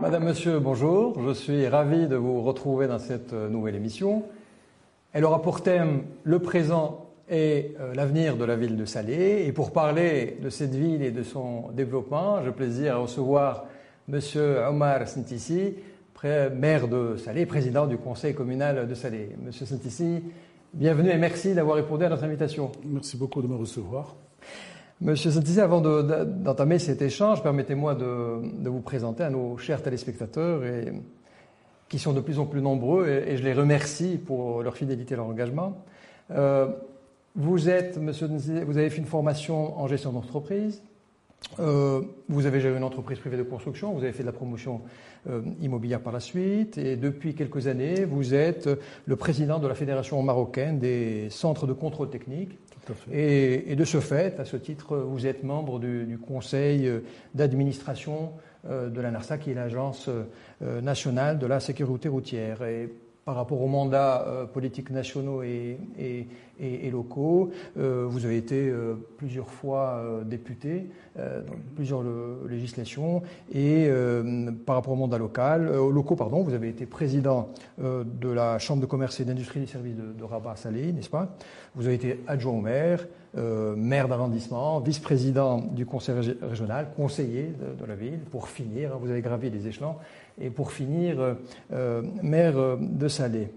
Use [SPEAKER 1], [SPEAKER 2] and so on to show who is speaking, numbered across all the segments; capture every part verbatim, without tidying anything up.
[SPEAKER 1] Madame, Monsieur, bonjour. Je suis ravi de vous retrouver dans cette nouvelle émission. Elle aura pour thème le présent et l'avenir de la ville de Salé. Et pour parler de cette ville et de son développement, j'ai le plaisir à recevoir Monsieur Omar Sentissi, maire de Salé, président du conseil communal de Salé. Monsieur Sentissi, bienvenue et merci d'avoir répondu à notre invitation.
[SPEAKER 2] Merci beaucoup de me recevoir.
[SPEAKER 1] Monsieur Sentissi, avant de, de, d'entamer cet échange, permettez-moi de, de vous présenter à nos chers téléspectateurs et, qui sont de plus en plus nombreux et, et je les remercie pour leur fidélité et leur engagement. Euh, vous êtes, Monsieur Sentissi, vous avez fait une formation en gestion d'entreprise. Euh, vous avez géré une entreprise privée de construction, vous avez fait de la promotion euh, immobilière par la suite et depuis quelques années, vous êtes le président de la Fédération marocaine des centres de contrôle technique.
[SPEAKER 2] Tout à fait.
[SPEAKER 1] Et, et de ce fait, à ce titre, vous êtes membre du, du conseil d'administration euh, de l'ANARSA, qui est l'agence euh, nationale de la sécurité routière. Et par rapport aux mandats euh, politiques nationaux et, et, et, et locaux, euh, vous avez été euh, plusieurs fois euh, député euh, dans plusieurs le, législations et euh, par rapport au mandat local, euh, locaux, pardon, vous avez été président euh, de la Chambre de commerce et d'industrie des services de, de Rabat-Salé, n'est-ce pas? Vous avez été adjoint au maire, euh, maire d'arrondissement, vice-président du conseil régional, conseiller de, de la ville, pour finir, hein, vous avez gravi les échelons. Et pour finir, euh, maire de Salé.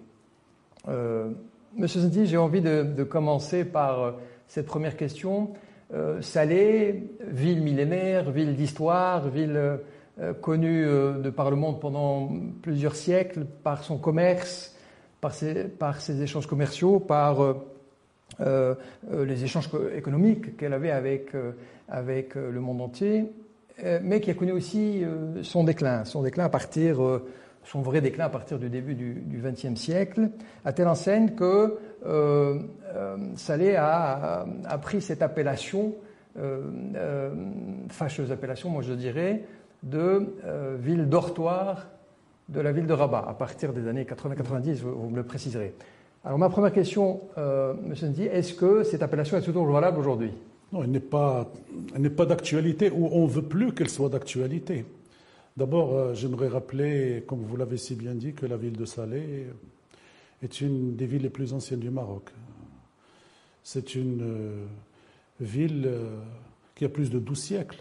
[SPEAKER 1] Euh, Monsieur Sentissi, j'ai envie de, de commencer par cette première question. Euh, Salé, ville millénaire, ville d'histoire, ville euh, connue euh, de par le monde pendant plusieurs siècles, par son commerce, par ses, par ses échanges commerciaux, par euh, euh, les échanges économiques qu'elle avait avec, euh, avec le monde entier, mais qui a connu aussi son déclin, son déclin à partir, son vrai déclin à partir du début du vingtième siècle, à telle enseigne que euh, euh, Salé a, a pris cette appellation, euh, euh, fâcheuse appellation, moi je dirais, de euh, ville dortoir de la ville de Rabat, à partir des années quatre-vingts quatre-vingt-dix, vous, vous me le préciserez. Alors ma première question, euh, Monsieur Sentissi, est-ce que cette appellation est toujours valable aujourd'hui ?
[SPEAKER 2] Non, elle n'est pas, elle n'est pas d'actualité, ou on ne veut plus qu'elle soit d'actualité. D'abord, euh, j'aimerais rappeler, comme vous l'avez si bien dit, que la ville de Salé est une des villes les plus anciennes du Maroc. C'est une euh, ville euh, qui a plus de douze siècles.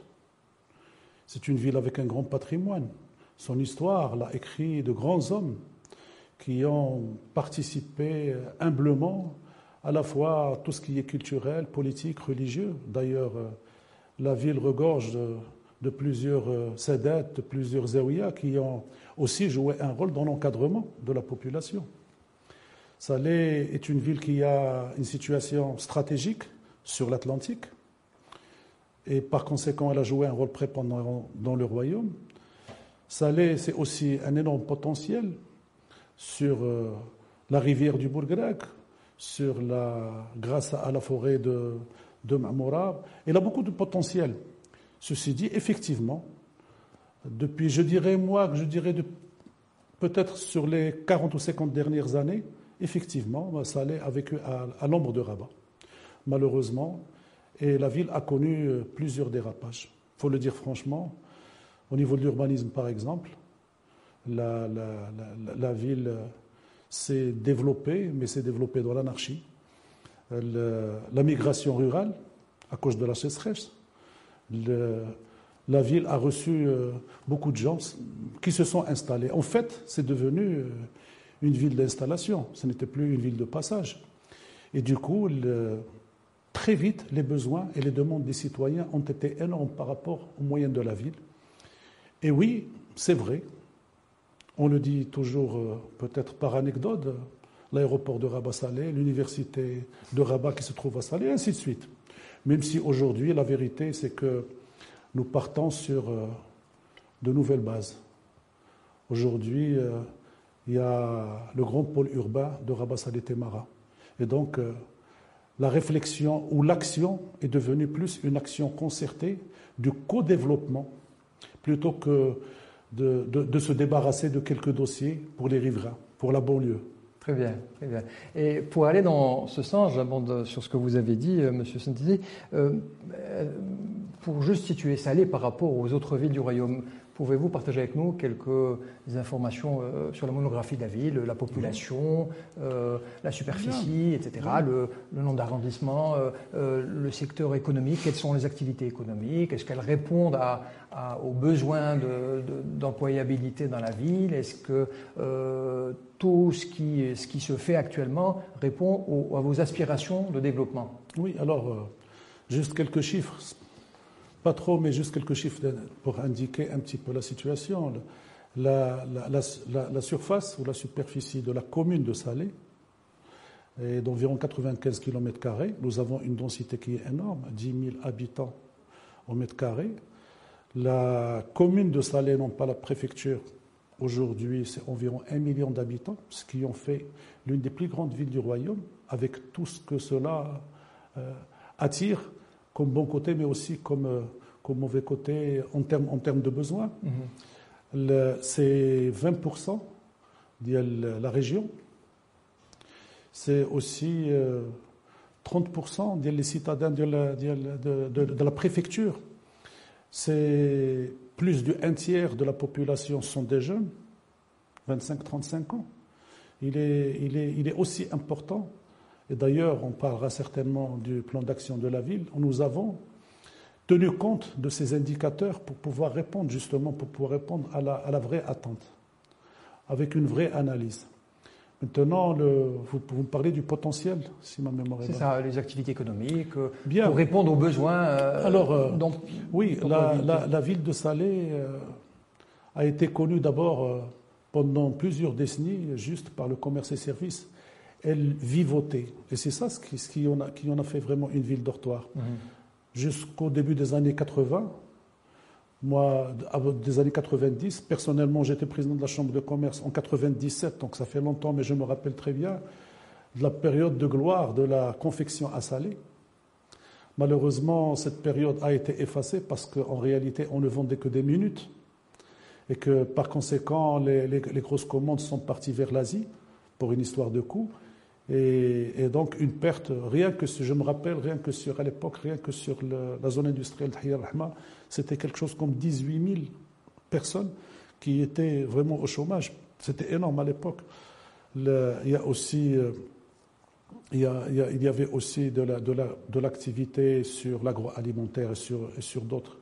[SPEAKER 2] C'est une ville avec un grand patrimoine. Son histoire l'a écrit de grands hommes qui ont participé humblement à la fois à tout ce qui est culturel, politique, religieux. D'ailleurs, la ville regorge de, de plusieurs sadats, de plusieurs zaouïas qui ont aussi joué un rôle dans l'encadrement de la population. Salé est une ville qui a une situation stratégique sur l'Atlantique et par conséquent, elle a joué un rôle prépondérant dans le royaume. Salé, c'est aussi un énorme potentiel sur la rivière du Bourgrec, sur la, grâce à la forêt de, de Mamoura. Elle a beaucoup de potentiel. Ceci dit, effectivement, depuis, je dirais, moi, je dirais de, peut-être sur les quarante ou cinquante dernières années, effectivement, Salé a vécu à, à l'ombre de Rabat, malheureusement, et la ville a connu plusieurs dérapages. Il faut le dire franchement, au niveau de l'urbanisme, par exemple, la, la, la, la ville s'est développée, mais s'est développée dans l'anarchie. Le, la migration rurale, à cause de la sécheresse. Le, la ville a reçu euh, beaucoup de gens qui se sont installés. En fait, c'est devenu euh, une ville d'installation, ce n'était plus une ville de passage. Et du coup, le, très vite, les besoins et les demandes des citoyens ont été énormes par rapport aux moyens de la ville. Et oui, c'est vrai, on le dit toujours euh, peut-être par anecdote, euh, l'aéroport de Rabat-Salé, l'université de Rabat qui se trouve à Salé, et ainsi de suite. Même si aujourd'hui, la vérité, c'est que nous partons sur euh, de nouvelles bases. Aujourd'hui, euh, il y a le grand pôle urbain de Rabat-Salé-Témara. Et donc, euh, la réflexion ou l'action est devenue plus une action concertée du co-développement, plutôt que de, de, de se débarrasser de quelques dossiers pour les riverains, pour la banlieue.
[SPEAKER 1] Très bien, très bien. Et pour aller dans ce sens, j'abonde sur ce que vous avez dit, euh, Monsieur Sentissi, euh, pour juste situer Salé par rapport aux autres villes du royaume, Pouvez-vous partager avec nous quelques informations euh, sur la monographie de la ville, la population, euh, la superficie, et cetera, le, le nombre d'arrondissements, euh, euh, le secteur économique, quelles sont les activités économiques, est-ce qu'elles répondent à, à, aux besoins de, de, d'employabilité dans la ville, est-ce que euh, tout ce qui, ce qui se fait actuellement répond aux, à vos aspirations de développement?
[SPEAKER 2] Oui, alors, euh, juste quelques chiffres. Pas trop, mais juste quelques chiffres pour indiquer un petit peu la situation. La, la, la, la, la surface ou la superficie de la commune de Salé est d'environ quatre-vingt-quinze kilomètres carrés. Nous avons une densité qui est énorme, dix mille habitants au mètre carré. La commune de Salé, non pas la préfecture, aujourd'hui, c'est environ un million d'habitants, ce qui en fait l'une des plus grandes villes du royaume, avec tout ce que cela euh, attire comme bon côté, mais aussi comme, euh, comme mauvais côté en termes, en termes de besoins. Mm-hmm. C'est vingt pour cent de la région. C'est aussi euh, trente pour cent des citadins de la, de, de, de, de la préfecture. C'est plus d'un tiers de la population sont des jeunes, vingt-cinq à trente-cinq ans. Il est, il est, il est aussi important. Et d'ailleurs, on parlera certainement du plan d'action de la ville. Nous avons tenu compte de ces indicateurs pour pouvoir répondre, justement, pour pouvoir répondre à la, à la vraie attente, avec une vraie analyse. Maintenant, le, vous, vous me parlez du potentiel, si ma mémoire est bonne.
[SPEAKER 1] C'est ça, les activités économiques, Bien. Pour répondre aux besoins. Euh,
[SPEAKER 2] Alors, euh, donc, oui, la, la, la ville de Salé euh, a été connue d'abord euh, pendant plusieurs décennies, juste par le commerce et services. Elle vivotait. Et c'est ça ce qui, ce qui, en a, qui en a fait vraiment une ville dortoir. Mmh. Jusqu'au début des années quatre-vingts, moi, des années quatre-vingt-dix, personnellement, j'étais président de la Chambre de commerce en quatre-vingt-dix-sept, donc ça fait longtemps, mais je me rappelle très bien de la période de gloire de la confection à Salé. Malheureusement, cette période a été effacée parce qu'en réalité, on ne vendait que des minutes et que, par conséquent, les, les, les grosses commandes sont parties vers l'Asie pour une histoire de coût. Et, et donc une perte, rien que, je me rappelle, rien que sur, à l'époque, rien que sur le, la zone industrielle de Hiya Rahma, c'était quelque chose comme dix-huit mille personnes qui étaient vraiment au chômage. C'était énorme à l'époque. Le, il y a aussi, euh, il, y a, il, y a, il y avait aussi de, la, de, la, de l'activité sur l'agroalimentaire et sur, et sur d'autres.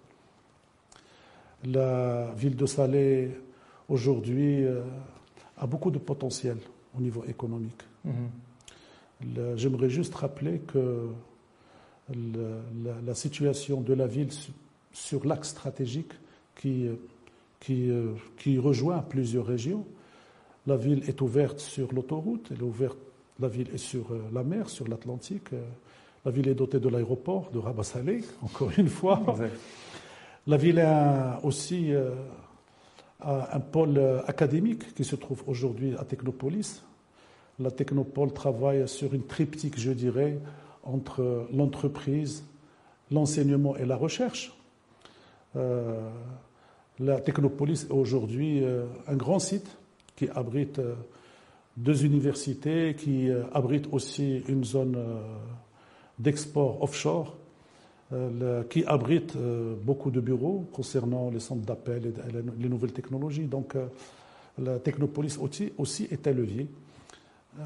[SPEAKER 2] La ville de Salé, aujourd'hui, euh, a beaucoup de potentiel au niveau économique. Mmh. Le, j'aimerais juste rappeler que le, la, la situation de la ville sur, sur l'axe stratégique qui, qui, qui rejoint plusieurs régions. La ville est ouverte sur l'autoroute, elle est ouverte, la ville est sur la mer, sur l'Atlantique. La ville est dotée de l'aéroport de Rabat Salé, encore une fois. Exact. La ville a aussi euh, a un pôle académique qui se trouve aujourd'hui à Technopolis. La Technopole travaille sur une triptyque, je dirais, entre l'entreprise, l'enseignement et la recherche. Euh, la Technopolis est aujourd'hui euh, un grand site qui abrite euh, deux universités, qui euh, abrite aussi une zone euh, d'export offshore, euh, le, qui abrite euh, beaucoup de bureaux concernant les centres d'appel et, et les nouvelles technologies. Donc, euh, la Technopolis aussi, aussi est un levier. Euh,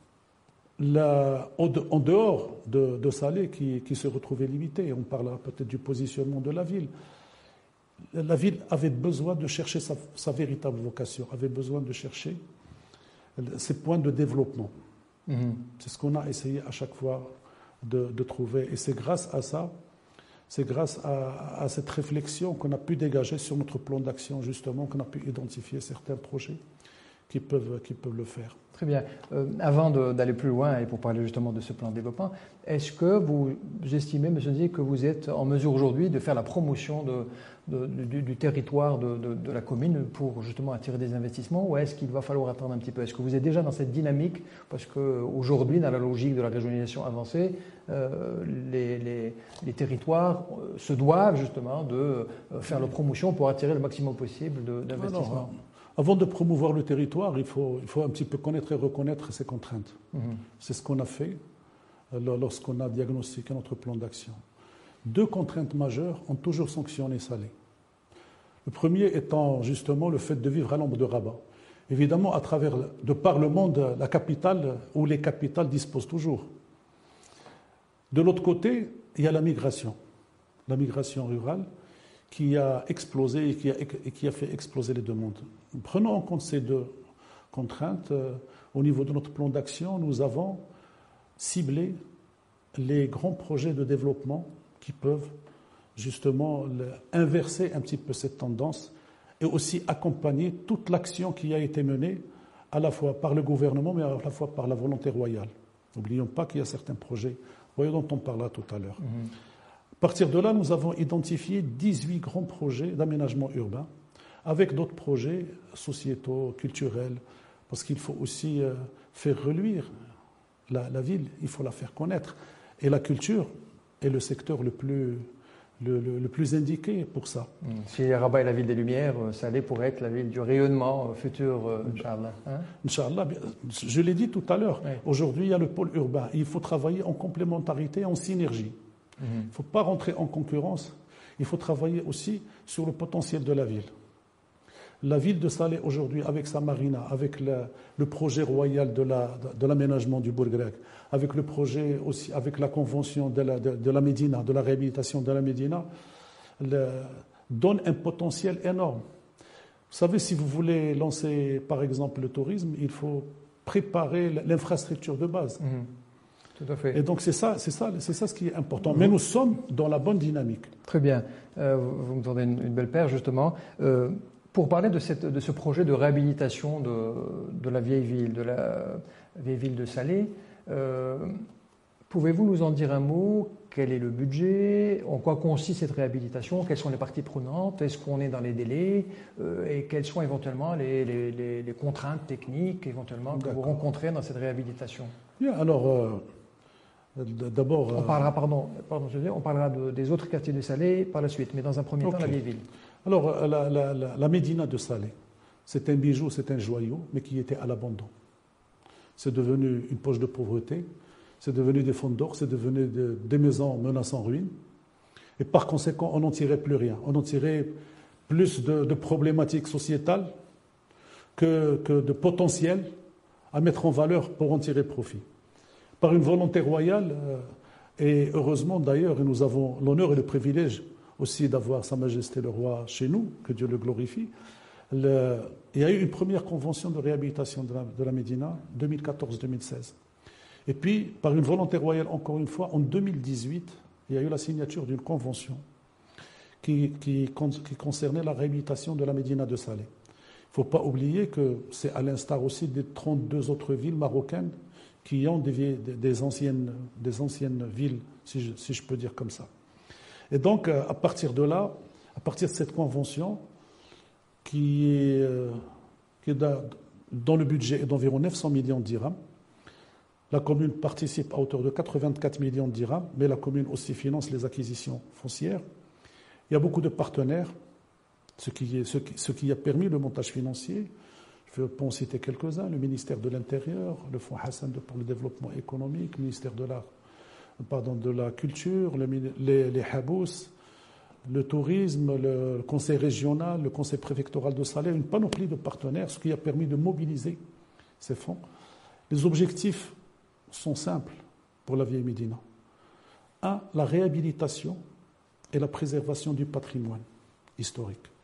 [SPEAKER 2] la, en dehors de, de Salé, qui, qui se retrouvait limité, on parlera peut-être du positionnement de la ville. La ville avait besoin de chercher sa, sa véritable vocation, avait besoin de chercher ses points de développement. Mmh. C'est ce qu'on a essayé à chaque fois de, de trouver. Et c'est grâce à ça, c'est grâce à, à cette réflexion qu'on a pu dégager sur notre plan d'action, justement, qu'on a pu identifier certains projets qui peuvent, qui peuvent le faire.
[SPEAKER 1] Très bien. Euh, avant de, d'aller plus loin et pour parler justement de ce plan de développement, est-ce que vous estimez, M. Ndiaye, que vous êtes en mesure aujourd'hui de faire la promotion de, de, du, du territoire de, de, de la commune pour justement attirer des investissements, ou est-ce qu'il va falloir attendre un petit peu? Est-ce que vous êtes déjà dans cette dynamique? Parce qu'aujourd'hui, dans la logique de la régionalisation avancée, euh, les, les, les territoires se doivent justement de faire leur promotion pour attirer le maximum possible de, d'investissements.
[SPEAKER 2] Alors, avant de promouvoir le territoire, il faut, il faut un petit peu connaître et reconnaître ses contraintes. Mmh. C'est ce qu'on a fait lorsqu'on a diagnostiqué notre plan d'action. Deux contraintes majeures ont toujours sanctionné Salé. Le premier étant justement le fait de vivre à l'ombre de Rabat. Évidemment, à travers, de par le monde, la capitale, où les capitales disposent toujours. De l'autre côté, il y a la migration. La migration rurale qui a explosé et qui a, et qui a fait exploser les deux mondes. Prenons en compte ces deux contraintes. Au niveau de notre plan d'action, nous avons ciblé les grands projets de développement qui peuvent justement inverser un petit peu cette tendance et aussi accompagner toute l'action qui a été menée à la fois par le gouvernement mais à la fois par la volonté royale. N'oublions pas qu'il y a certains projets royaux dont on parlera tout à l'heure. Mmh. À partir de là, nous avons identifié dix-huit grands projets d'aménagement urbain avec d'autres projets sociétaux, culturels, parce qu'il faut aussi faire reluire la, la ville, il faut la faire connaître. Et la culture est le secteur le plus, le, le, le plus indiqué pour ça.
[SPEAKER 1] Si Rabat est la ville des Lumières, Salé pourrait être la ville du rayonnement futur, Inch'Allah. Hein?
[SPEAKER 2] Inch'Allah, je l'ai dit tout à l'heure, oui. Aujourd'hui il y a le pôle urbain. Il faut travailler en complémentarité, en synergie. Mm-hmm. Il ne faut pas rentrer en concurrence. Il faut travailler aussi sur le potentiel de la ville. La ville de Salé aujourd'hui, avec sa marina, avec le, le projet royal de, la, de l'aménagement du bourg grec, avec le projet aussi, avec la convention de la, de, de la Médina, de la réhabilitation de la Médina, le, donne un potentiel énorme. Vous savez, si vous voulez lancer, par exemple, le tourisme, il faut préparer l'infrastructure de base.
[SPEAKER 1] Mmh. Tout à fait.
[SPEAKER 2] Et donc, c'est ça, c'est ça, c'est ça ce qui est important. Mmh. Mais nous sommes dans la bonne dynamique.
[SPEAKER 1] Très bien. Euh, vous me donnez une, une belle paire, justement. Euh, Pour parler de, cette, de ce projet de réhabilitation de, de la vieille ville, de la vieille ville de Salé, euh, pouvez-vous nous en dire un mot? Quel est le budget? En quoi consiste cette réhabilitation? Quelles sont les parties prenantes? Est-ce qu'on est dans les délais? euh, Et quelles sont éventuellement les, les, les, les contraintes techniques éventuellement que vous rencontrez dans cette réhabilitation?
[SPEAKER 2] Bien, alors, euh, d'abord...
[SPEAKER 1] On parlera, pardon, pardon je veux dire, on parlera de, des autres quartiers de Salé par la suite, mais dans un premier okay. temps, la vieille ville.
[SPEAKER 2] Alors, la, la, la, la Médina de Salé, c'est un bijou, c'est un joyau, mais qui était à l'abandon. C'est devenu une poche de pauvreté, c'est devenu des fonds d'or, c'est devenu de, des maisons menaçant ruine. Et par conséquent, on n'en tirait plus rien. On en tirait plus de, de problématiques sociétales que, que de potentiel à mettre en valeur pour en tirer profit. Par une volonté royale, euh, et heureusement d'ailleurs, et nous avons l'honneur et le privilège aussi d'avoir Sa Majesté le Roi chez nous, que Dieu le glorifie. Le, il y a eu une première convention de réhabilitation de la, de la Médina, deux mille quatorze deux mille seize. Et puis, par une volonté royale, encore une fois, en deux mille dix-huit, il y a eu la signature d'une convention qui, qui, qui concernait la réhabilitation de la Médina de Salé. Il ne faut pas oublier que c'est à l'instar aussi des trente-deux autres villes marocaines qui ont des, des, anciennes, des anciennes villes, si je, si je peux dire comme ça. Et donc, à partir de là, à partir de cette convention, qui est, qui est dans le budget d'environ neuf cents millions de dirhams, la commune participe à hauteur de quatre-vingt-quatre millions de dirhams, mais la commune aussi finance les acquisitions foncières. Il y a beaucoup de partenaires, ce qui, est, ce qui, ce qui a permis le montage financier. Je peux en citer quelques-uns, le ministère de l'Intérieur, le Fonds Hassan pour le développement économique, le ministère de l'Art. Pardon, de la culture, les, les, les habous, le tourisme, le, le conseil régional, le conseil préfectoral de Salé, une panoplie de partenaires, ce qui a permis de mobiliser ces fonds. Les objectifs sont simples pour la vieille Médina. Un, la réhabilitation et la préservation du patrimoine historique. Mmh.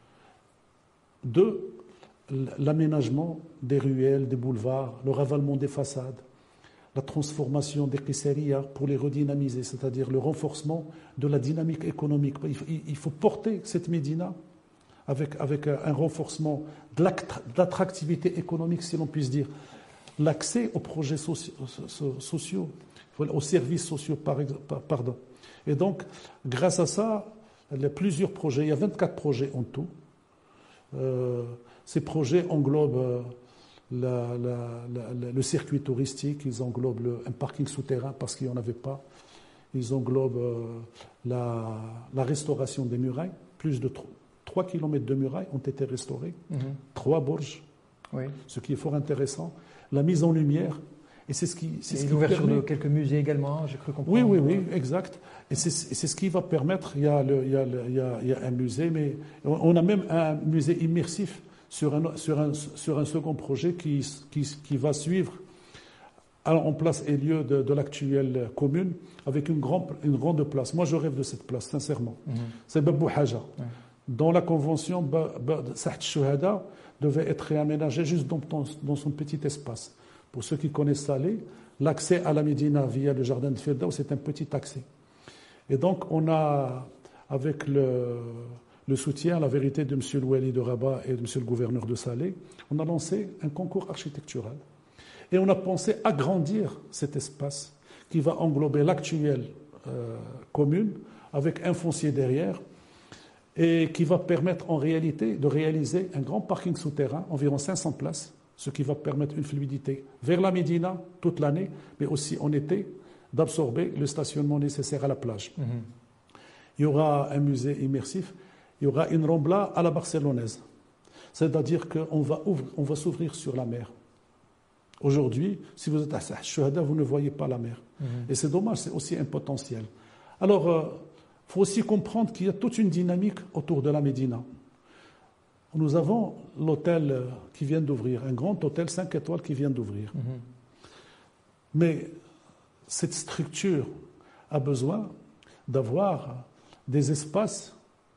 [SPEAKER 2] Deux, l'aménagement des ruelles, des boulevards, le ravalement des façades, la transformation des Qissaria pour les redynamiser, c'est-à-dire le renforcement de la dynamique économique. Il faut porter cette Médina avec, avec un renforcement de l'attractivité économique, si l'on puisse dire. L'accès aux projets sociaux, sociaux aux services sociaux, par exemple, pardon. Et donc, grâce à ça, il y a plusieurs projets, il y a vingt-quatre projets en tout. Euh, ces projets englobent... Euh, La, la, la, le circuit touristique, ils englobent le, un parking souterrain parce qu'il n'y en avait pas. Ils englobent euh, la, la restauration des murailles. Plus de trois kilomètres de murailles ont été restaurées. Mm-hmm. Trois bourges, oui. Ce qui est fort intéressant. La mise en lumière Et c'est ce qui, c'est
[SPEAKER 1] et
[SPEAKER 2] ce qui
[SPEAKER 1] l'ouverture
[SPEAKER 2] permet...
[SPEAKER 1] de quelques musées également, j'ai cru comprendre.
[SPEAKER 2] Oui, oui, oui, exact. Et c'est, c'est ce qui va permettre, il y, a le, il, y a le, il, y a, il y a un musée, mais on a même un musée immersif sur un, sur un, sur un second projet qui, qui, qui va suivre en place et lieu de, de l'actuelle commune, avec une, grand, une grande place. Moi, je rêve de cette place, sincèrement. Mm-hmm. C'est Babou Haja. Ouais. Dans la convention, Saht Chouhada devait être réaménagé juste dans, dans, dans son petit espace. Pour ceux qui connaissent Salé, l'accès à la Médina via le jardin de Firdaus, c'est un petit accès. Et donc, on a, avec le, le soutien, la vérité de M. Louali de Rabat et de M. le gouverneur de Salé, on a lancé un concours architectural. Et on a pensé agrandir cet espace qui va englober l'actuelle euh, commune avec un foncier derrière et qui va permettre en réalité de réaliser un grand parking souterrain, environ cinq cents places, ce qui va permettre une fluidité vers la Médina toute l'année, mais aussi en été, d'absorber le stationnement nécessaire à la plage. Mmh. Il y aura un musée immersif, il y aura une rambla à la barcelonaise, c'est-à-dire qu'on va, on va s'ouvrir sur la mer. Aujourd'hui, si vous êtes à Chouhada, vous ne voyez pas la mer. Mmh. Et c'est dommage, c'est aussi un potentiel. Alors, il euh, faut aussi comprendre qu'il y a toute une dynamique autour de la Médina. Nous avons l'hôtel qui vient d'ouvrir, un grand hôtel cinq étoiles qui vient d'ouvrir. Mmh. Mais cette structure a besoin d'avoir des espaces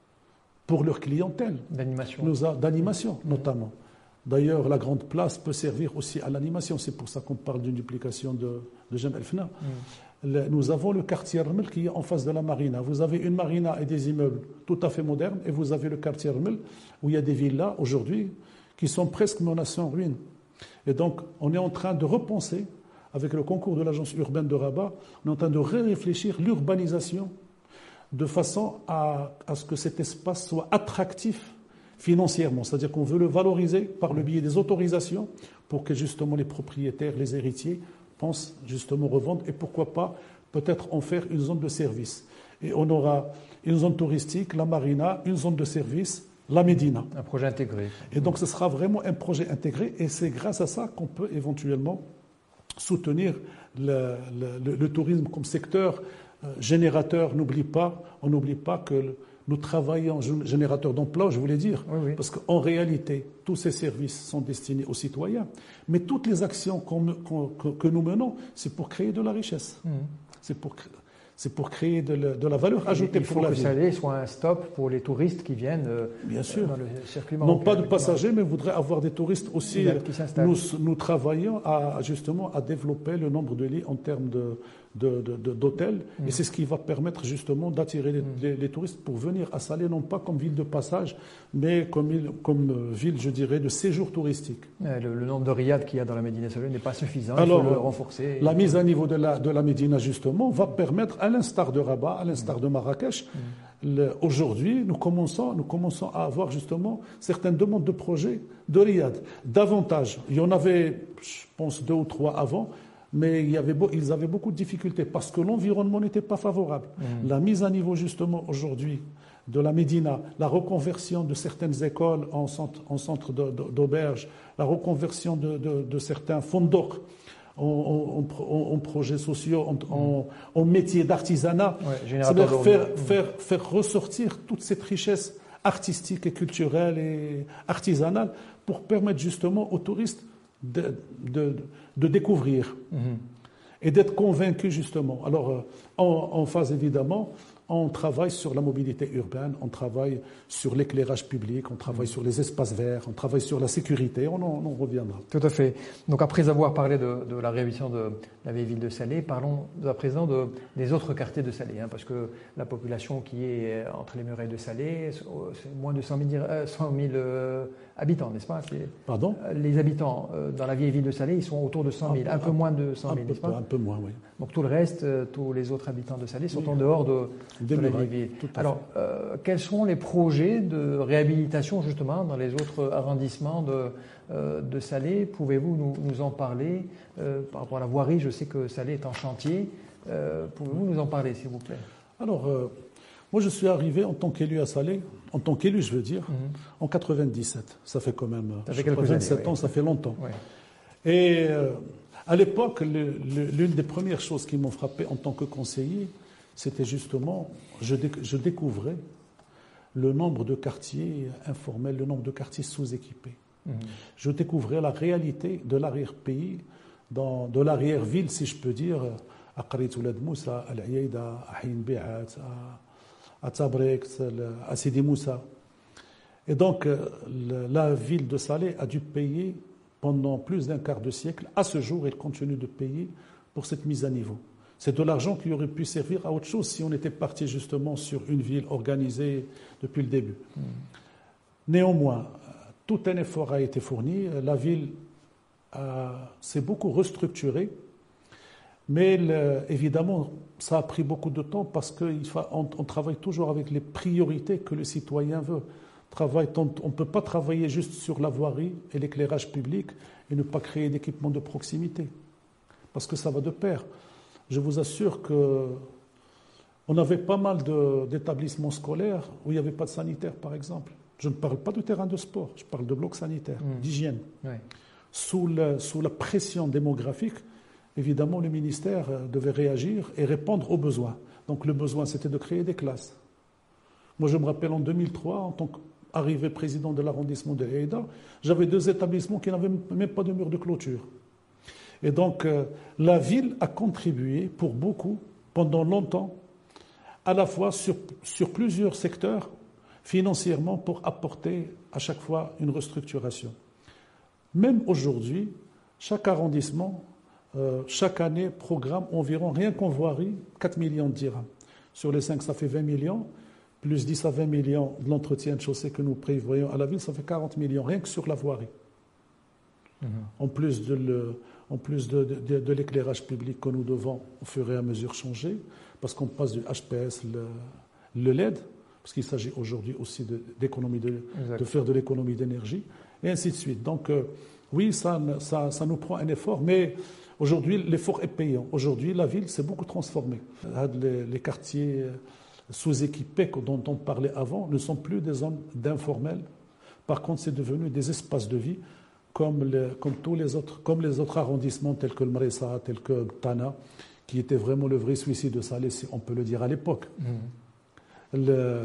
[SPEAKER 2] pour leur clientèle.
[SPEAKER 1] D'animation.
[SPEAKER 2] Nous a, d'animation, mmh. notamment. D'ailleurs, la grande place peut servir aussi à l'animation. C'est pour ça qu'on parle d'une duplication de, de Jem El Fna. Mm. Le, nous avons le quartier Rmel qui est en face de la marina. Vous avez une marina et des immeubles tout à fait modernes, et vous avez le quartier Rmel où il y a des villas aujourd'hui qui sont presque menacées en ruine. Et donc, on est en train de repenser, avec le concours de l'agence urbaine de Rabat, on est en train de réfléchir l'urbanisation de façon à, à ce que cet espace soit attractif financièrement, c'est-à-dire qu'on veut le valoriser par le biais des autorisations pour que justement les propriétaires, les héritiers pensent justement revendre et pourquoi pas peut-être en faire une zone de service. Et on aura une zone touristique, la marina, une zone de service, la Médina.
[SPEAKER 1] Un projet intégré.
[SPEAKER 2] Et donc ce sera vraiment un projet intégré et c'est grâce à ça qu'on peut éventuellement soutenir le, le, le tourisme comme secteur euh, générateur. N'oublie pas, on n'oublie pas que le, nous travaillons générateur d'emplois, je voulais dire, oui, oui. Parce qu'en réalité, tous ces services sont destinés aux citoyens. Mais toutes les actions qu'on, qu'on, que nous menons, c'est pour créer de la richesse. Mmh. C'est pour, c'est pour créer de la, de la valeur ajoutée
[SPEAKER 1] il
[SPEAKER 2] pour la ville.
[SPEAKER 1] Il faut que Salé soit un stop pour les touristes qui viennent euh,
[SPEAKER 2] Bien sûr.
[SPEAKER 1] dans le circuit
[SPEAKER 2] marocain. Non pas de passagers, mais voudraient avoir des touristes aussi. Nous, nous travaillons à, justement à développer le nombre de lits en termes de... De, de, de, d'hôtels, mmh. et c'est ce qui va permettre justement d'attirer les, mmh. les, les touristes pour venir à Salé, non pas comme ville de passage, mais comme, comme ville, je dirais, de séjour touristique.
[SPEAKER 1] Le, le nombre de riads qu'il y a dans la Médina Salé n'est pas suffisant,
[SPEAKER 2] Alors,
[SPEAKER 1] il faut le renforcer.
[SPEAKER 2] La mise à niveau de la, de la Médina, justement, va permettre, à l'instar de Rabat, à l'instar mmh. de Marrakech, mmh. le, aujourd'hui, nous commençons, nous commençons à avoir justement certaines demandes de projets de riad. Davantage, il y en avait, je pense, deux ou trois avant, mais il y avait, ils avaient beaucoup de difficultés parce que l'environnement n'était pas favorable. Mmh. La mise à niveau justement aujourd'hui de la Médina, la reconversion de certaines écoles en centre, en centre de, de, d'auberge, la reconversion de, de, de certains fonds d'or en, en, en, en projets sociaux, en, mmh. en, en métiers d'artisanat, ouais, c'est-à-dire faire, mmh. faire, faire ressortir toute cette richesse artistique et culturelle et artisanale pour permettre justement aux touristes de, de, de découvrir mmh. et d'être convaincus justement. Alors, en, en phase évidemment, on travaille sur la mobilité urbaine, on travaille sur l'éclairage public, on travaille mmh. sur les espaces verts, on travaille sur la sécurité, on en, on en reviendra.
[SPEAKER 1] Tout à fait. Donc après avoir parlé de, de la réhabilitation de la vieille ville de Salé, parlons à présent de, des autres quartiers de Salé, hein, parce que la population qui est entre les murailles de Salé, c'est moins de cent mille, cent mille euh, habitants, n'est-ce pas?
[SPEAKER 2] Pardon?
[SPEAKER 1] Les habitants euh, dans la vieille ville de Salé, ils sont autour de cent mille, un, un peu moins de cent mille, n'est-ce pas?
[SPEAKER 2] Un peu moins, oui.
[SPEAKER 1] Donc tout le reste, euh, tous les autres habitants de Salé sont oui. en dehors de, de la vieille ville. Alors, euh, quels sont les projets de réhabilitation justement dans les autres arrondissements de, euh, de Salé? Pouvez-vous nous, nous en parler euh, par rapport à la voirie? Je sais que Salé est en chantier. Euh, pouvez-vous nous en parler, s'il vous plaît?
[SPEAKER 2] Alors, euh, moi, je suis arrivé en tant qu'élu à Salé, en tant qu'élu, je veux dire, mm-hmm. en quatre-vingt-dix-sept. Ça fait quand même
[SPEAKER 1] ça fait quelques
[SPEAKER 2] vingt-sept
[SPEAKER 1] années,
[SPEAKER 2] ans,
[SPEAKER 1] oui.
[SPEAKER 2] ça fait longtemps.
[SPEAKER 1] Oui.
[SPEAKER 2] Et euh, À l'époque, le, le, l'une des premières choses qui m'ont frappé en tant que conseiller, c'était justement, je, déc je découvrais le nombre de quartiers informels, le nombre de quartiers sous-équipés. Mmh. Je découvrais la réalité de l'arrière-pays, dans, de l'arrière-ville, si je peux dire, à Qaryat Oulad Moussa, à Al-Aïda, à Ain Bi'at, à Tabrek, à Sidi Moussa. Et donc, la ville de Salé a dû payer pendant plus d'un quart de siècle. À ce jour, elle continue de payer pour cette mise à niveau. C'est de l'argent qui aurait pu servir à autre chose si on était parti justement sur une ville organisée depuis le début. Mmh. Néanmoins, tout un effort a été fourni. La ville s'est beaucoup restructurée. Mais le, évidemment, ça a pris beaucoup de temps parce qu'on on travaille toujours avec les priorités que le citoyen veut. Travaille, on ne peut pas travailler juste sur la voirie et l'éclairage public et ne pas créer d'équipements de proximité. Parce que ça va de pair. Je vous assure qu'on avait pas mal d'établissements scolaires où il n'y avait pas de sanitaire, par exemple. Je ne parle pas de terrain de sport, je parle de blocs sanitaires, mmh. d'hygiène. Ouais. Sous, le, sous la pression démographique, évidemment, le ministère devait réagir et répondre aux besoins. Donc le besoin, c'était de créer des classes. Moi, je me rappelle en deux mille trois, en tant qu'arrivé président de l'arrondissement de Aïda, j'avais deux établissements qui n'avaient même pas de mur de clôture. Et donc, euh, la ville a contribué pour beaucoup, pendant longtemps, à la fois sur, sur plusieurs secteurs, financièrement, pour apporter à chaque fois une restructuration. Même aujourd'hui, chaque arrondissement, euh, chaque année, programme environ, rien qu'en voirie, quatre millions de dirhams. Sur les cinq, ça fait vingt millions, plus dix à vingt millions de l'entretien de chaussée que nous prévoyons à la ville, ça fait quarante millions, rien que sur la voirie. Mmh. En plus de le... En plus de, de, de l'éclairage public que nous devons au fur et à mesure changer, parce qu'on passe du H P S, le, le L E D, parce qu'il s'agit aujourd'hui aussi de, d'économie de, de faire de l'économie d'énergie, et ainsi de suite. Donc euh, oui, ça, ça, ça nous prend un effort, mais aujourd'hui, l'effort est payant. Aujourd'hui, la ville s'est beaucoup transformée. Les, les quartiers sous-équipés dont on parlait avant ne sont plus des zones d'informels. Par contre, c'est devenu des espaces de vie Comme, le, comme tous les autres, comme les autres arrondissements tels que le Mressa, tels que Tana, qui était vraiment le vrai suicide de Salé, si on peut le dire à l'époque. Mmh.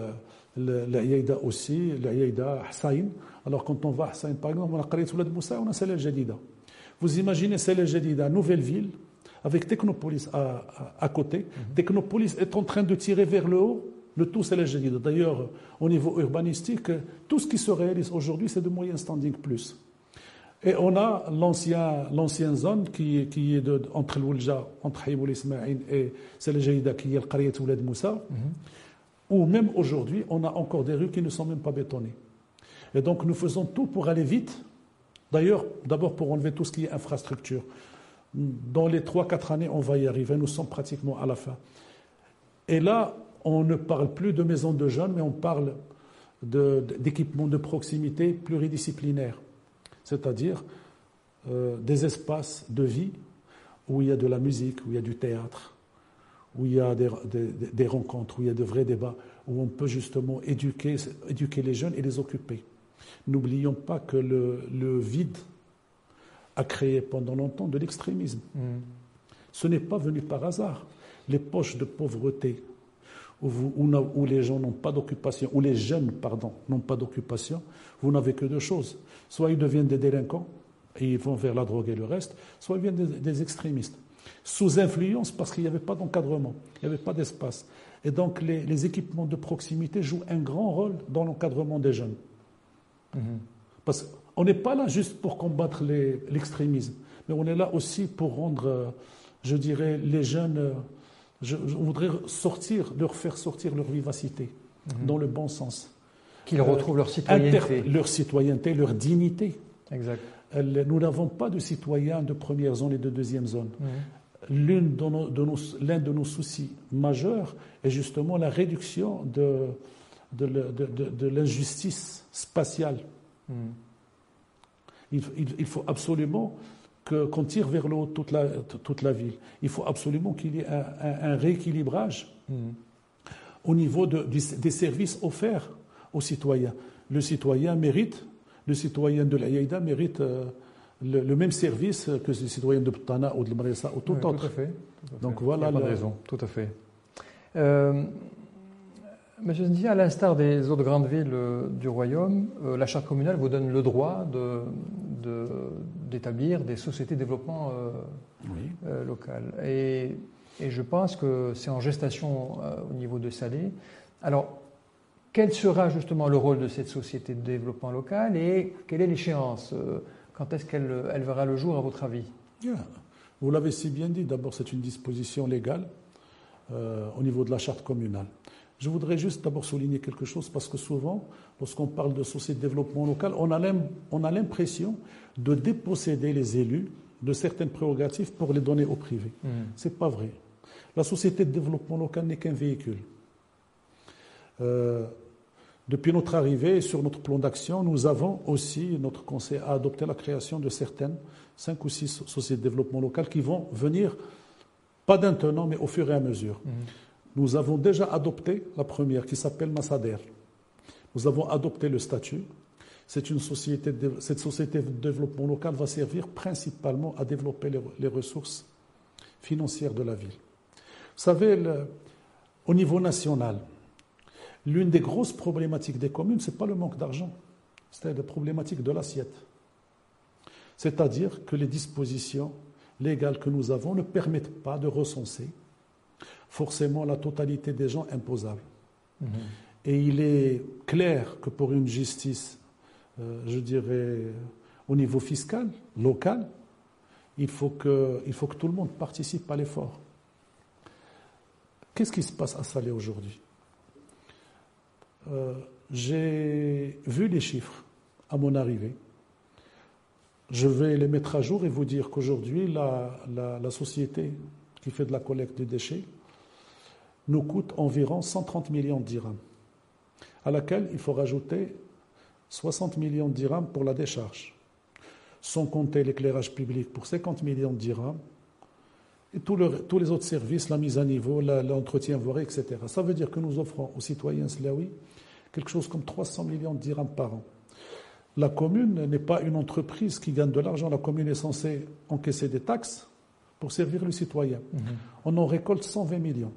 [SPEAKER 2] L'Aïda aussi, l'Aïda, Hsaïn. Alors quand on va à Hsaïn, par exemple, on a Qaryat Oulad Moussa, on a Salé Jadida. Vous imaginez Salé Jadida, nouvelle ville, avec Technopolis à, à, à côté. Mmh. Technopolis est en train de tirer vers le haut. Le tout, c'est Salé Jadida. D'ailleurs, au niveau urbanistique, tout ce qui se réalise aujourd'hui, c'est de moyen standing plus. Et on a l'ancien, l'ancienne zone qui, qui est de, entre l'Oulja, entre Haïboul Ismaïn et Salé Jadida, qui est le Qaryat Oulad Moussa, mm-hmm. où même aujourd'hui, on a encore des rues qui ne sont même pas bétonnées. Et donc, nous faisons tout pour aller vite. D'ailleurs, d'abord pour enlever tout ce qui est infrastructure. Dans les trois quatre années, on va y arriver. Nous sommes pratiquement à la fin. Et là, on ne parle plus de maisons de jeunes, mais on parle de, d'équipements de proximité pluridisciplinaires. C'est-à-dire euh, des espaces de vie où il y a de la musique, où il y a du théâtre, où il y a des, des, des rencontres, où il y a de vrais débats, où on peut justement éduquer, éduquer les jeunes et les occuper. N'oublions pas que le, le vide a créé pendant longtemps de l'extrémisme. Mmh. Ce n'est pas venu par hasard. Les poches de pauvreté où, vous, où, où les gens n'ont pas d'occupation, où les jeunes, pardon, n'ont pas d'occupation, vous n'avez que deux choses. Soit ils deviennent des délinquants et ils vont vers la drogue et le reste, soit ils deviennent des, des extrémistes. Sous influence parce qu'il n'y avait pas d'encadrement, il n'y avait pas d'espace. Et donc les, les équipements de proximité jouent un grand rôle dans l'encadrement des jeunes. Mmh. Parce qu'on n'est pas là juste pour combattre les, l'extrémisme, mais on est là aussi pour rendre, je dirais, les jeunes... Je, je voudrais sortir, leur faire sortir leur vivacité, mmh. dans le bon sens.
[SPEAKER 1] Qu'ils retrouvent leur citoyenneté.
[SPEAKER 2] Inter, leur citoyenneté, leur dignité.
[SPEAKER 1] Exact.
[SPEAKER 2] Nous n'avons pas de citoyens de première zone et de deuxième zone. Mmh. L'une de nos, de nos, l'un de nos soucis majeurs est justement la réduction de, de, de, de, de l'injustice spatiale. Mmh. Il, il, il faut absolument... Que, qu'on tire vers le haut toute la, toute la ville. Il faut absolument qu'il y ait un, un, un rééquilibrage mmh. au niveau de, du, des services offerts aux citoyens. Le citoyen mérite, le citoyen de l'Aïda mérite euh, le, le même service que les citoyens de Btana ou de Marissa ou tout
[SPEAKER 1] oui,
[SPEAKER 2] autre.
[SPEAKER 1] Tout à fait. Tout à
[SPEAKER 2] Donc
[SPEAKER 1] fait.
[SPEAKER 2] voilà.
[SPEAKER 1] Il n'y a pas
[SPEAKER 2] le...
[SPEAKER 1] de raison, tout à fait. Euh, Monsieur Zndi, à l'instar des autres grandes villes euh, du royaume, euh, la charte communale vous donne le droit de, de, d'établir des sociétés de développement euh,
[SPEAKER 2] Oui.
[SPEAKER 1] euh, local. Et, et je pense que c'est en gestation euh, au niveau de Salé. Alors, quel sera justement le rôle de cette société de développement local et quelle est l'échéance? Quand est-ce qu'elle elle verra le jour, à votre avis?
[SPEAKER 2] Yeah. Vous l'avez si bien dit, d'abord c'est une disposition légale euh, au niveau de la charte communale. Je voudrais juste d'abord souligner quelque chose parce que souvent, lorsqu'on parle de société de développement local, on a l'impression de déposséder les élus de certaines prérogatives pour les donner au privé. Mmh. Ce n'est pas vrai. La société de développement local n'est qu'un véhicule. Euh, depuis notre arrivée sur notre plan d'action, nous avons aussi, notre conseil a adopté la création de certaines, cinq ou six sociétés de développement local qui vont venir, pas d'un tenant, mais au fur et à mesure. Mmh. Nous avons déjà adopté la première qui s'appelle Massader. Nous avons adopté le statut. C'est une société de, cette société de développement local va servir principalement à développer les, les ressources financières de la ville. Vous savez, le, au niveau national, l'une des grosses problématiques des communes, ce n'est pas le manque d'argent, c'est la problématique de l'assiette. C'est-à-dire que les dispositions légales que nous avons ne permettent pas de recenser forcément la totalité des gens imposables. Mmh. Et il est clair que pour une justice, euh, je dirais, au niveau fiscal, local, il faut que, il faut que tout le monde participe à l'effort. Qu'est-ce qui se passe à Salé aujourd'hui? euh, J'ai vu les chiffres à mon arrivée. Je vais les mettre à jour et vous dire qu'aujourd'hui, la, la, la société qui fait de la collecte de déchets nous coûte environ cent trente millions de dirhams, à laquelle il faut rajouter soixante millions de dirhams pour la décharge, sans compter l'éclairage public pour cinquante millions de dirhams, et tout le, tous les autres services, la mise à niveau, l'entretien voirie, et cetera. Ça veut dire que nous offrons aux citoyens slaouis quelque chose comme trois cents millions de dirhams par an. La commune n'est pas une entreprise qui gagne de l'argent. La commune est censée encaisser des taxes pour servir le citoyen. Mmh. On en récolte cent vingt millions.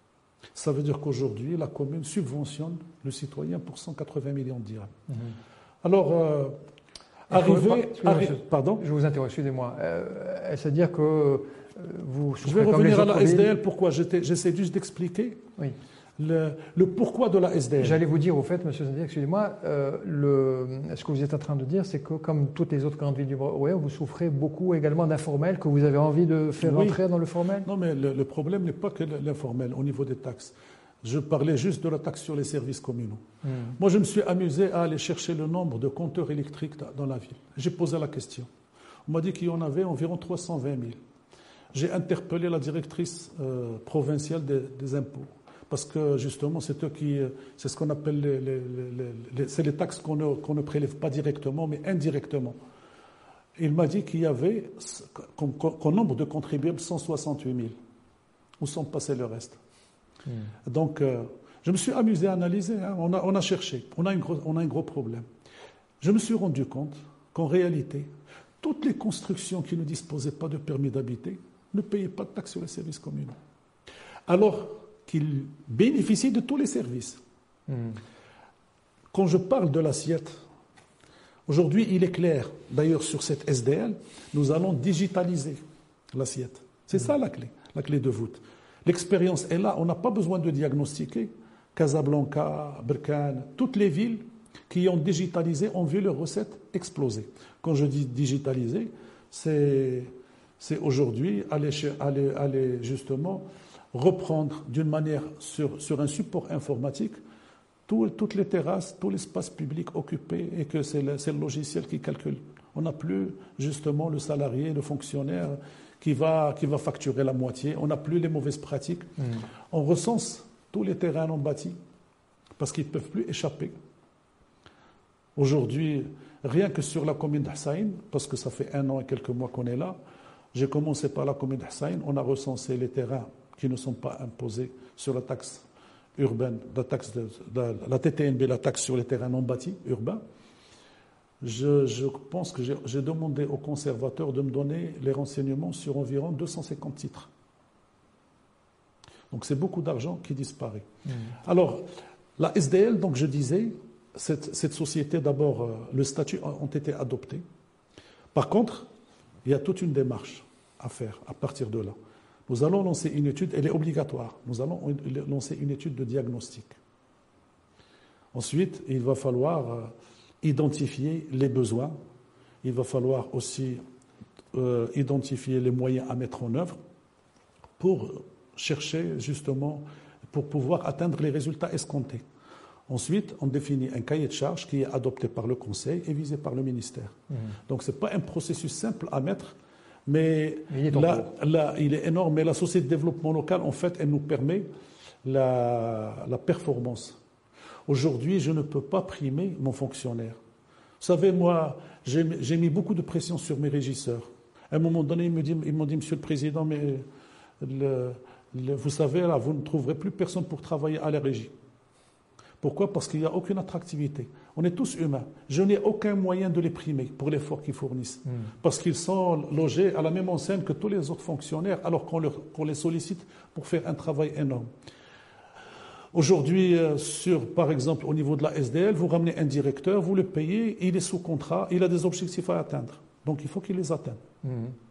[SPEAKER 2] Ça veut dire qu'aujourd'hui, la commune subventionne le citoyen pour cent quatre-vingts millions de dirhams. Mmh. Alors, euh, arriver... Arri pardon
[SPEAKER 1] Je vous interromps, excusez-moi. Euh, C'est-à-dire que euh, vous...
[SPEAKER 2] Je vais revenir à la S D L. Pourquoi? J'essaie juste d'expliquer oui. le, le pourquoi de la S D L.
[SPEAKER 1] J'allais vous dire, au fait, monsieur Zndi, excusez-moi, euh, le, ce que vous êtes en train de dire, c'est que comme toutes les autres grandes villes du royaume, vous souffrez beaucoup également d'informel, que vous avez envie de faire oui. rentrer dans le formel?
[SPEAKER 2] Non, mais le, le problème n'est pas que l'informel au niveau des taxes. Je parlais juste de la taxe sur les services communaux. Mmh. Moi, je me suis amusé à aller chercher le nombre de compteurs électriques dans la ville. J'ai posé la question. On m'a dit qu'il y en avait environ trois cent vingt mille. J'ai interpellé la directrice euh, provinciale des, des impôts. Parce que justement, c'est eux qui, c'est ce qu'on appelle les, les, les, les, c'est les taxes qu'on ne, qu'on ne prélève pas directement, mais indirectement. Il m'a dit qu'il y avait, qu'au nombre de contribuables, cent soixante-huit mille. Où sont passés le reste? Mmh. Donc, euh, je me suis amusé à analyser. Hein. On, a, on a cherché. On a, une gros, on a un gros problème. Je me suis rendu compte qu'en réalité, toutes les constructions qui ne disposaient pas de permis d'habiter ne payaient pas de taxes sur les services communaux. Alors qu'ils bénéficient de tous les services. Mmh. Quand je parle de l'assiette, aujourd'hui, il est clair, d'ailleurs sur cette S D L, nous allons digitaliser l'assiette. C'est mmh. ça la clé, la clé de voûte. L'expérience est là, on n'a pas besoin de diagnostiquer. Casablanca, Berkane, toutes les villes qui ont digitalisé ont vu leurs recettes exploser. Quand je dis digitaliser, c'est aujourd'hui aller, aller, aller justement reprendre d'une manière sur, sur un support informatique tout, toutes les terrasses, tout l'espace public occupé et que c'est le, le logiciel qui calcule. On n'a plus justement le salarié, le fonctionnaire qui va, qui va facturer la moitié. On n'a plus les mauvaises pratiques. Mmh. On recense tous les terrains non bâtis parce qu'ils ne peuvent plus échapper. Aujourd'hui, rien que sur la commune d'Hassaïn, parce que ça fait un an et quelques mois qu'on est là, j'ai commencé par la commune d'Hassaïn, on a recensé les terrains qui ne sont pas imposés sur la taxe urbaine, la, taxe de, de, la T T N B, la taxe sur les terrains non bâtis urbains. je, je pense que j'ai, j'ai demandé au conservateur de me donner les renseignements sur environ deux cent cinquante titres. Donc c'est beaucoup d'argent qui disparaît. Mmh. Alors, la S D L, donc je disais, cette, cette société, d'abord, euh, le statut a, ont été adoptés. Par contre, il y a toute une démarche à faire à partir de là. Nous allons lancer une étude, elle est obligatoire, nous allons lancer une étude de diagnostic. Ensuite, il va falloir euh, identifier les besoins, il va falloir aussi euh, identifier les moyens à mettre en œuvre pour chercher justement, pour pouvoir atteindre les résultats escomptés. Ensuite, on définit un cahier de charges qui est adopté par le Conseil et visé par le ministère. Mmh. Donc, ce n'est pas un processus simple à mettre, mais il est, là, là, il est énorme. Mais la Société de développement local, en fait, elle nous permet la, la performance. Aujourd'hui, je ne peux pas primer mon fonctionnaire. Vous savez, moi, j'ai, j'ai mis beaucoup de pression sur mes régisseurs. À un moment donné, ils, me dit, ils m'ont dit, Monsieur le Président, mais le, le, vous savez, là, vous ne trouverez plus personne pour travailler à la régie. Pourquoi ? Parce qu'il n'y a aucune attractivité. On est tous humains. Je n'ai aucun moyen de les primer pour l'effort qu'ils fournissent. Mmh. Parce qu'ils sont logés à la même enseigne que tous les autres fonctionnaires, alors qu'on, leur, qu'on les sollicite pour faire un travail énorme. Aujourd'hui, sur, par exemple, au niveau de la S D L, vous ramenez un directeur, vous le payez, il est sous contrat, il a des objectifs à atteindre. Donc il faut qu'il les atteigne. Mmh.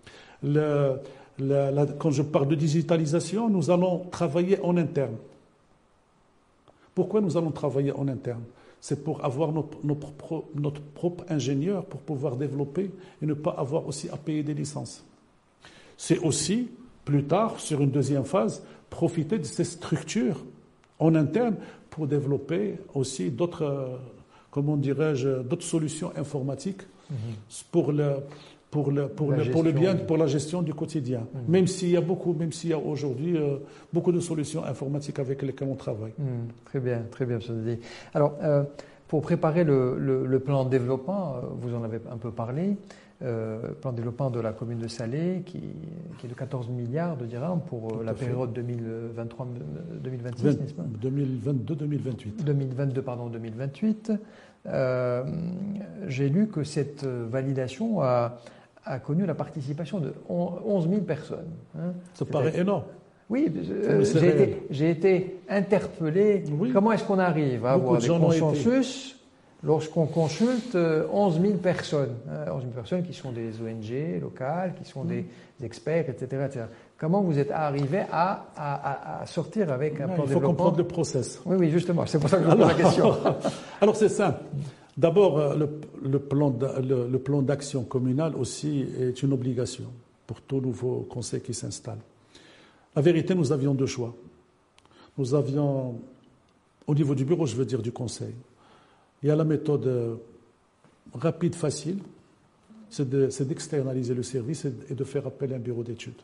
[SPEAKER 2] Le, la, la, quand je parle de digitalisation, nous allons travailler en interne. Pourquoi nous allons travailler en interne ? C'est pour avoir notre, notre, notre propre ingénieur pour pouvoir développer et ne pas avoir aussi à payer des licences. C'est aussi, plus tard, sur une deuxième phase, profiter de ces structures en interne pour développer aussi d'autres, euh, comment dirais-je, d'autres solutions informatiques mmh. pour le... Pour le, pour, le, pour le bien, pour la gestion du quotidien. Mmh. Même s'il y a beaucoup, même s'il y a aujourd'hui euh, beaucoup de solutions informatiques avec lesquelles on travaille.
[SPEAKER 1] Mmh. Très bien, très bien, M. Dédé. Alors, euh, pour préparer le, le, le plan de développement, vous en avez un peu parlé, euh, plan de développement de la commune de Salé, qui, qui est de quatorze milliards de dirhams pour Tout la période deux mille vingt-trois deux mille vingt-six, vingt, n'est-ce pas ?
[SPEAKER 2] deux mille vingt-deux deux mille vingt-huit.
[SPEAKER 1] deux mille vingt-deux, pardon, deux mille vingt-huit. Euh, j'ai lu que cette validation a a connu la participation de onze mille personnes. Hein.
[SPEAKER 2] Ça C'est paraît énorme.
[SPEAKER 1] Oui, euh, j'ai, été, j'ai été interpellé. Oui. Comment est-ce qu'on arrive à Beaucoup avoir de des consensus lorsqu'on consulte onze mille personnes, hein, onze mille personnes qui sont des O N G locales, qui sont mmh. des experts, et cetera, et cetera. Comment vous êtes arrivé à, à, à sortir avec un
[SPEAKER 2] non,
[SPEAKER 1] plan de développement ?
[SPEAKER 2] Il faut comprendre le process.
[SPEAKER 1] Oui, oui, justement. C'est pour ça que je vous pose la question.
[SPEAKER 2] Alors, c'est simple. D'abord, le, le, plan le, le plan d'action communal aussi est une obligation pour tout nouveau conseil qui s'installe. La vérité, nous avions deux choix. Nous avions, au niveau du bureau, je veux dire du conseil, il y a la méthode rapide, facile, c'est, de, c'est d'externaliser le service et de faire appel à un bureau d'études.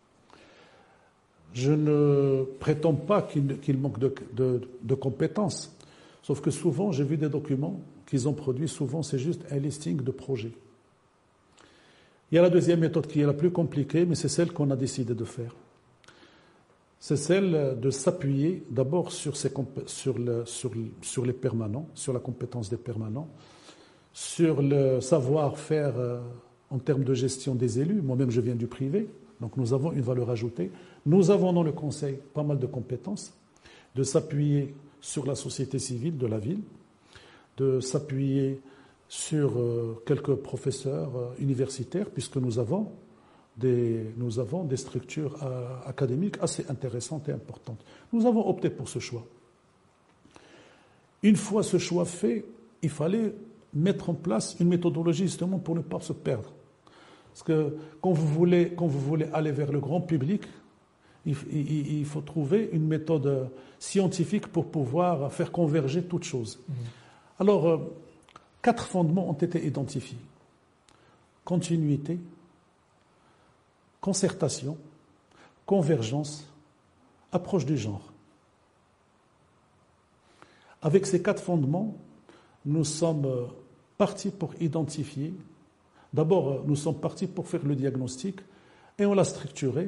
[SPEAKER 2] Je ne prétends pas qu'il, qu'il manque de, de, de compétences, sauf que souvent, j'ai vu des documents qu'ils ont produits, souvent, c'est juste un listing de projets. Il y a la deuxième méthode qui est la plus compliquée, mais c'est celle qu'on a décidé de faire. C'est celle de s'appuyer d'abord sur, ces, sur, le, sur, sur les permanents, sur la compétence des permanents, sur le savoir-faire en termes de gestion des élus. Moi-même, je viens du privé, donc nous avons une valeur ajoutée. Nous avons dans le conseil pas mal de compétences, de s'appuyer sur la société civile de la ville, de s'appuyer sur euh, quelques professeurs euh, universitaires, puisque nous avons des, nous avons des structures euh, académiques assez intéressantes et importantes. Nous avons opté pour ce choix. Une fois ce choix fait, il fallait mettre en place une méthodologie justement pour ne pas se perdre. Parce que quand vous voulez, quand vous voulez aller vers le grand public, il, il, il faut trouver une méthode scientifique pour pouvoir faire converger toutes choses. Mmh. Alors, euh, quatre fondements ont été identifiés. Continuité, concertation, convergence, approche du genre. Avec ces quatre fondements, nous sommes partis pour identifier, d'abord nous sommes partis pour faire le diagnostic et on l'a structuré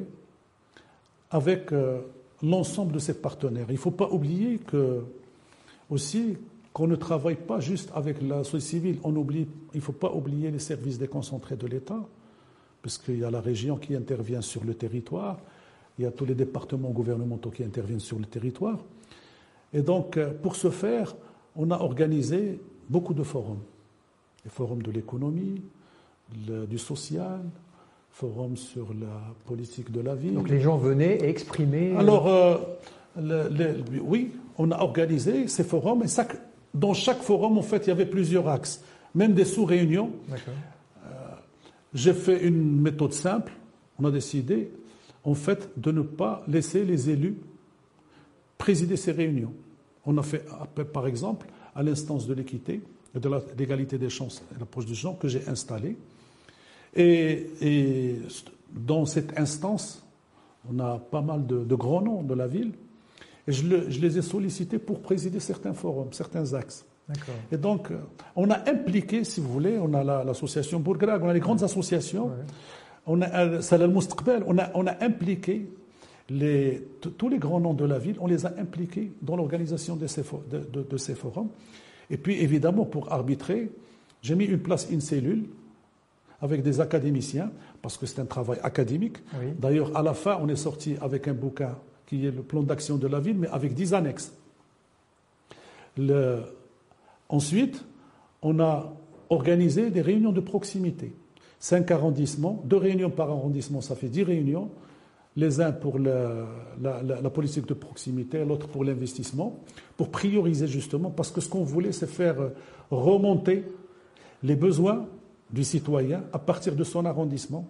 [SPEAKER 2] avec euh, l'ensemble de ses partenaires. Il ne faut pas oublier que aussi qu'on ne travaille pas juste avec la société civile. On oublie, il ne faut pas oublier les services déconcentrés de l'État, parce qu'il y a la région qui intervient sur le territoire, il y a tous les départements gouvernementaux qui interviennent sur le territoire. Et donc, pour ce faire, on a organisé beaucoup de forums. Les forums de l'économie, le, du social, forums sur la politique de la ville.
[SPEAKER 1] Donc les gens venaient et exprimaient...
[SPEAKER 2] Alors, euh, le, le, oui, on a organisé ces forums, et chaque, dans chaque forum, en fait, il y avait plusieurs axes, même des sous-réunions.
[SPEAKER 1] D'accord.
[SPEAKER 2] Euh, j'ai fait une méthode simple. On a décidé, en fait, de ne pas laisser les élus présider ces réunions. On a fait, par exemple, à l'instance de l'équité, de l'égalité des chances et l'approche du genre que j'ai installée. Et, et dans cette instance, on a pas mal de, de grands noms de la ville. Et je, le, je les ai sollicités pour présider certains forums, certains axes.
[SPEAKER 1] D'accord.
[SPEAKER 2] Et donc, on a impliqué, si vous voulez, on a la, l'association Bourgrag, on a les grandes associations, ouais. on a Salah al-Mustaqbal, on a, on a impliqué les, tous les grands noms de la ville, on les a impliqués dans l'organisation de ces, de, de, de ces forums. Et puis, évidemment, pour arbitrer, j'ai mis une place, une cellule, avec des académiciens, parce que c'est un travail académique.
[SPEAKER 1] Oui.
[SPEAKER 2] D'ailleurs, à la fin, on est sorti avec un bouquin qui est le plan d'action de la ville, mais avec dix annexes. Le... Ensuite, on a organisé des réunions de proximité. Cinq arrondissements, deux réunions par arrondissement, ça fait dix réunions. Les uns pour le, la, la, la politique de proximité, l'autre pour l'investissement, pour prioriser justement, parce que ce qu'on voulait, c'est faire remonter les besoins du citoyen à partir de son arrondissement,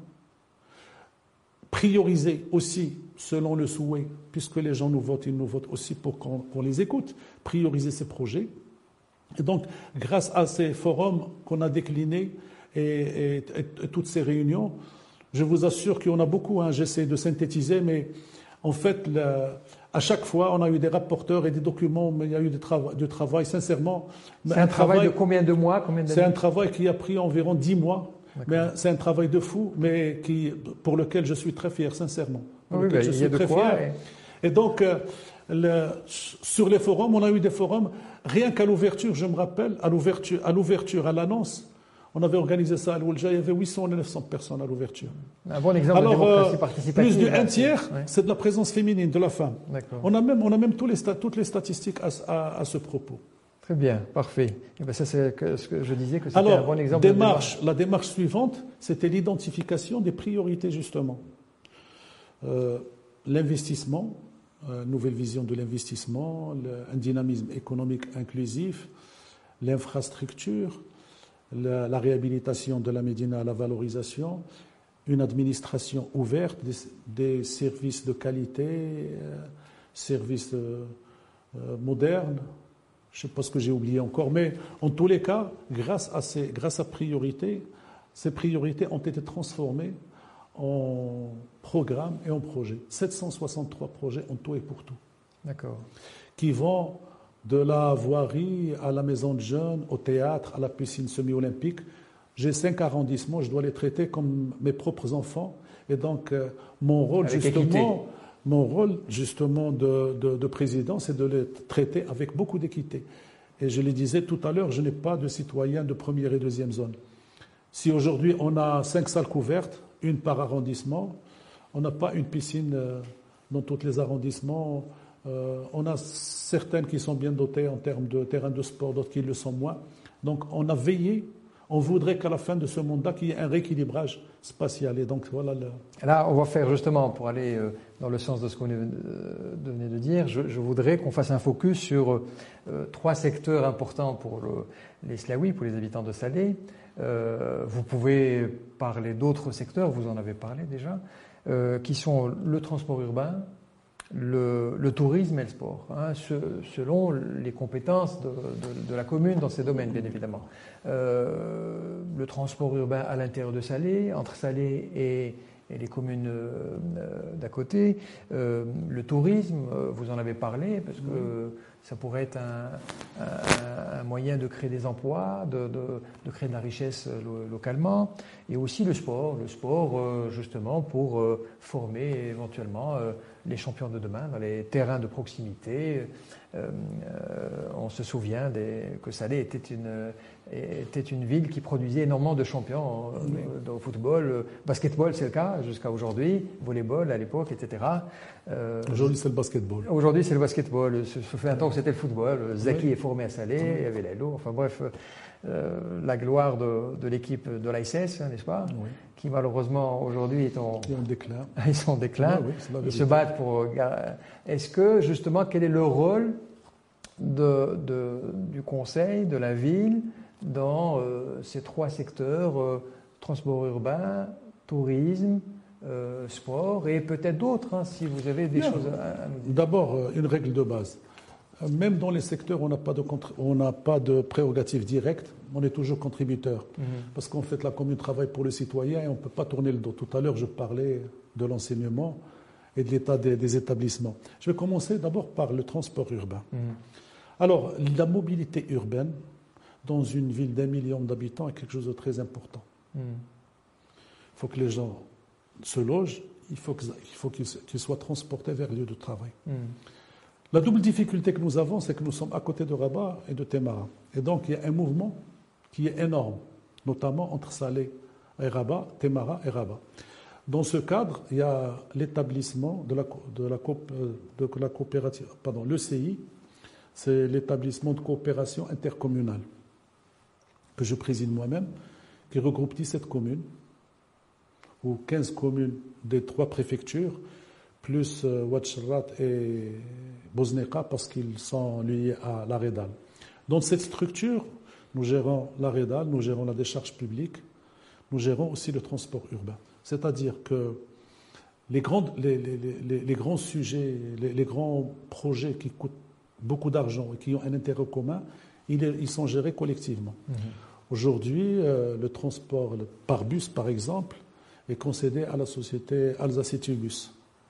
[SPEAKER 2] prioriser aussi selon le souhait, puisque les gens nous votent, ils nous votent aussi pour qu'on, qu'on les écoute, prioriser ces projets. Et donc, grâce à ces forums qu'on a déclinés et, et, et, et toutes ces réunions, je vous assure qu'il y en a beaucoup, hein, j'essaie de synthétiser, mais en fait, le, à chaque fois, on a eu des rapporteurs et des documents, mais il y a eu du travail, du travail sincèrement.
[SPEAKER 1] C'est un, un travail, travail de combien de mois, combien d'années ?
[SPEAKER 2] C'est un travail qui a pris environ dix mois. Mais c'est un travail de fou, mais qui, pour lequel je suis très fier, sincèrement.
[SPEAKER 1] Oui, ben,
[SPEAKER 2] je
[SPEAKER 1] il
[SPEAKER 2] suis
[SPEAKER 1] y a de
[SPEAKER 2] très
[SPEAKER 1] quoi,
[SPEAKER 2] fier. Et, et donc, euh, le, sur les forums, on a eu des forums, rien qu'à l'ouverture, je me rappelle, à l'ouverture, à, l'ouverture, à l'annonce, on avait organisé ça à l'Oulja, il y avait huit cents ou neuf cents personnes à l'ouverture.
[SPEAKER 1] Un bon exemple
[SPEAKER 2] Alors,
[SPEAKER 1] de démocratie
[SPEAKER 2] euh,
[SPEAKER 1] participative.
[SPEAKER 2] Plus d'un tiers,
[SPEAKER 1] ouais.
[SPEAKER 2] c'est de la présence féminine, de la femme.
[SPEAKER 1] D'accord.
[SPEAKER 2] On a même, on a même tous les, toutes les statistiques à, à, à ce propos.
[SPEAKER 1] Très bien, parfait. Et bien ça, c'est ce que je disais que c'était
[SPEAKER 2] Alors,
[SPEAKER 1] un bon exemple
[SPEAKER 2] démarche,
[SPEAKER 1] de démarche.
[SPEAKER 2] La démarche suivante, c'était l'identification des priorités, justement. Euh, l'investissement, euh, nouvelle vision de l'investissement, le, un dynamisme économique inclusif, l'infrastructure, la, la réhabilitation de la médina à la valorisation, une administration ouverte, des, des services de qualité, euh, services euh, euh, modernes. Je ne sais pas ce que j'ai oublié encore, mais en tous les cas, grâce à ces grâce à priorités, ces priorités ont été transformées en programmes et en projets. sept cent soixante-trois projets en tout et pour tout.
[SPEAKER 1] D'accord.
[SPEAKER 2] Qui vont de la voirie à la maison de jeunes, au théâtre, à la piscine semi-olympique. J'ai cinq arrondissements, je dois les traiter comme mes propres enfants. Et donc, euh, mon rôle,
[SPEAKER 1] Avec
[SPEAKER 2] justement...
[SPEAKER 1] équité.
[SPEAKER 2] Mon rôle, justement, de, de, de président, c'est de les traiter avec beaucoup d'équité. Et je le disais tout à l'heure, je n'ai pas de citoyens de première et deuxième zone. Si aujourd'hui on a cinq salles couvertes, une par arrondissement, on n'a pas une piscine dans tous les arrondissements. Euh, on a certaines qui sont bien dotées en termes de terrain de sport, d'autres qui le sont moins. Donc on a veillé. On voudrait qu'à la fin de ce mandat, qu'il y ait un rééquilibrage spatial. Et donc, voilà le...
[SPEAKER 1] Là, on va faire justement, pour aller dans le sens de ce qu'on venait de dire, je, je voudrais qu'on fasse un focus sur euh, trois secteurs importants pour le, les Slaouis, pour les habitants de Salé. Euh, vous pouvez parler d'autres secteurs, vous en avez parlé déjà, euh, qui sont le transport urbain, Le, le tourisme et le sport, hein, ce, selon les compétences de, de, de la commune dans ces domaines, bien évidemment. Euh, le transport urbain à l'intérieur de Salé, entre Salé et, et les communes euh, d'à côté. Euh, le tourisme, vous en avez parlé, parce que ça pourrait être un, un, un moyen de créer des emplois, de, de, de créer de la richesse lo, localement, et aussi le sport, le sport euh, justement pour euh, former éventuellement euh, les champions de demain dans les terrains de proximité. Euh, euh, on se souvient des, que Salé était une, était une ville qui produisait énormément de champions euh, au football. Basketball, c'est le cas jusqu'à aujourd'hui. Volleyball à l'époque, et cetera. Euh,
[SPEAKER 2] aujourd'hui, c'est le basketball.
[SPEAKER 1] Aujourd'hui, c'est le basketball. Ça fait un temps que c'était le football. Zaki
[SPEAKER 2] oui.
[SPEAKER 1] est formé à Salé,
[SPEAKER 2] oui.
[SPEAKER 1] il y avait Lailo. Enfin bref, euh, la gloire de, de l'équipe de l'A S S, hein, n'est-ce pas,
[SPEAKER 2] oui.
[SPEAKER 1] qui malheureusement aujourd'hui est en,
[SPEAKER 2] en déclin.
[SPEAKER 1] Ils sont en déclin.
[SPEAKER 2] Oui, oui,
[SPEAKER 1] ils se battent pour. Est-ce que justement, quel est le rôle de, de, du conseil, de la ville, dans euh, ces trois secteurs, euh, transport urbain, tourisme, euh, sport et peut-être d'autres, hein, si vous avez des
[SPEAKER 2] Bien.
[SPEAKER 1] choses à, à nous dire.
[SPEAKER 2] D'abord, une règle de base. Même dans les secteurs où on n'a pas de, on n'a pas de prérogatives directes, on est toujours contributeur. Mm-hmm. Parce qu'en fait, la commune travaille pour le citoyen et on ne peut pas tourner le dos. Tout à l'heure, je parlais de l'enseignement et de l'état des, des établissements. Je vais commencer d'abord par le transport urbain. Mm-hmm. Alors, la mobilité urbaine dans une ville d'un million d'habitants est quelque chose de très important. Il mm. faut que les gens se logent, il faut qu'ils, il faut qu'ils, qu'ils soient transportés vers le lieu de travail. Mm. La double difficulté que nous avons, c'est que nous sommes à côté de Rabat et de Témara. Et donc, il y a un mouvement qui est énorme, notamment entre Salé et Rabat, Témara et Rabat. Dans ce cadre, il y a l'établissement de la, de la, de la coopérative, pardon, l'E C I, c'est l'établissement de coopération intercommunale que je préside moi-même, qui regroupe dix-sept communes, ou quinze communes des trois préfectures, plus Ouadchrat et Bosneka, parce qu'ils sont liés à l'Aredal. Dans cette structure, nous gérons l'Aredal, nous gérons la décharge publique, nous gérons aussi le transport urbain. C'est-à-dire que les, grandes, les, les, les, les grands sujets, les, les grands projets qui coûtent beaucoup d'argent et qui ont un intérêt commun, ils, ils sont gérés collectivement. Mmh. Aujourd'hui, euh, le transport le, par bus, par exemple, est concédé à la société Alsace-Bus.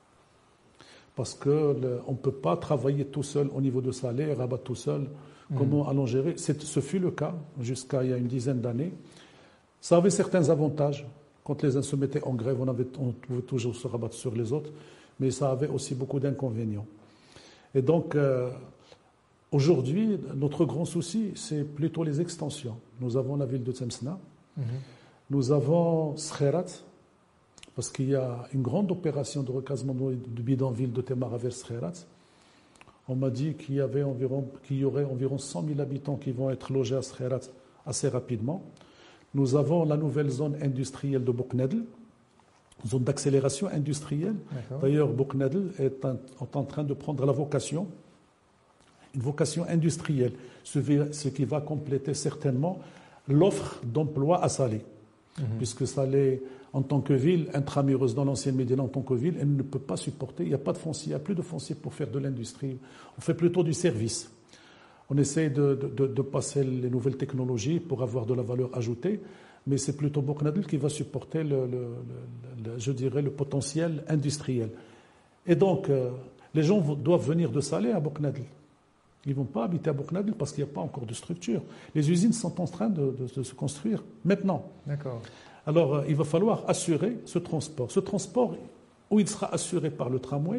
[SPEAKER 2] Parce qu'on ne peut pas travailler tout seul au niveau de Salé, Rabat tout seul. Mmh. Comment allons gérer ? C'est, ce fut le cas jusqu'à il y a une dizaine d'années. Ça avait certains avantages. Quand les uns se mettaient en grève, on, avait, on pouvait toujours se rabattre sur les autres, mais ça avait aussi beaucoup d'inconvénients. Et donc, euh, aujourd'hui, notre grand souci, c'est plutôt les extensions. Nous avons la ville de Tlemcena, mmh. nous avons Skhirat, parce qu'il y a une grande opération de recasement de bidonville de Témara vers Skhirat. On m'a dit qu'il y, avait environ, qu'il y aurait environ cent mille habitants qui vont être logés à Skhirat assez rapidement. Nous avons la nouvelle zone industrielle de Bouknedl, zone d'accélération industrielle. D'accord. D'ailleurs, Bouknedl est, est en train de prendre la vocation, une vocation industrielle, ce qui va compléter certainement l'offre d'emploi à Salé. Mmh. Puisque Salé, en tant que ville, intramuros dans l'ancienne Médina en tant que ville, elle ne peut pas supporter, il n'y a pas de foncier, il n'y a plus de foncier pour faire de l'industrie. On fait plutôt du service. On essaie de, de, de passer les nouvelles technologies pour avoir de la valeur ajoutée, mais c'est plutôt Bouknedl qui va supporter, le, le, le, je dirais, le potentiel industriel. Et donc, euh, les gens doivent venir de Salé à Bouknedl. Ils ne vont pas habiter à Bouknedl parce qu'il n'y a pas encore de structure. Les usines sont en train de, de, de se construire maintenant.
[SPEAKER 1] D'accord.
[SPEAKER 2] Alors, euh, il va falloir assurer ce transport. Ce transport, où il sera assuré par le tramway,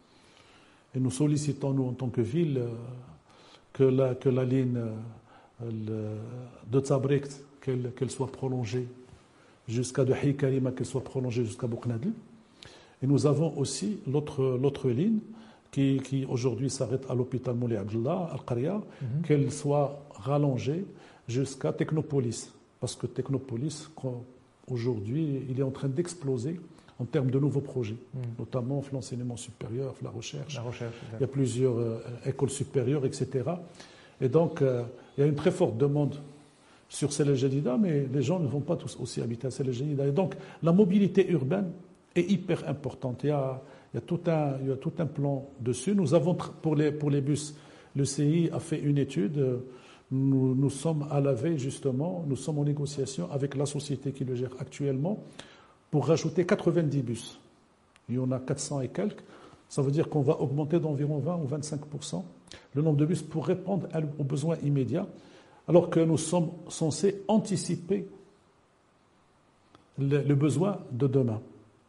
[SPEAKER 2] et nous sollicitons, nous, en tant que ville, euh, que, la, que la ligne euh, le, de Tzabrikt, qu'elle, qu'elle soit prolongée jusqu'à de Hi Karima, qu'elle soit prolongée jusqu'à Bouknedl. Et nous avons aussi l'autre, l'autre ligne qui, qui aujourd'hui s'arrête à l'hôpital Moulay Abdullah, Al-Qaria, mm-hmm. qu'elle soit rallongée jusqu'à Technopolis. Parce que Technopolis, aujourd'hui, il est en train d'exploser en termes de nouveaux projets, mm. notamment l'enseignement supérieur, la recherche.
[SPEAKER 1] La recherche
[SPEAKER 2] il y a plusieurs euh, écoles supérieures, et cetera. Et donc, euh, il y a une très forte demande sur Salé Jadida, mais les gens ne vont pas tous aussi habiter à Salé Jadida. Et donc, la mobilité urbaine est hyper importante. Il y a, il y a, tout, un, il y a tout un plan dessus. Nous avons, pour les, pour les bus, le C I a fait une étude. Nous, nous sommes à la veille, justement, nous sommes en négociation avec la société qui le gère actuellement pour rajouter quatre-vingt-dix bus. Il y en a quatre cents et quelques. Ça veut dire qu'on va augmenter d'environ vingt ou vingt-cinq pour cent le nombre de bus pour répondre aux besoins immédiats, alors que nous sommes censés anticiper le, le besoin de demain.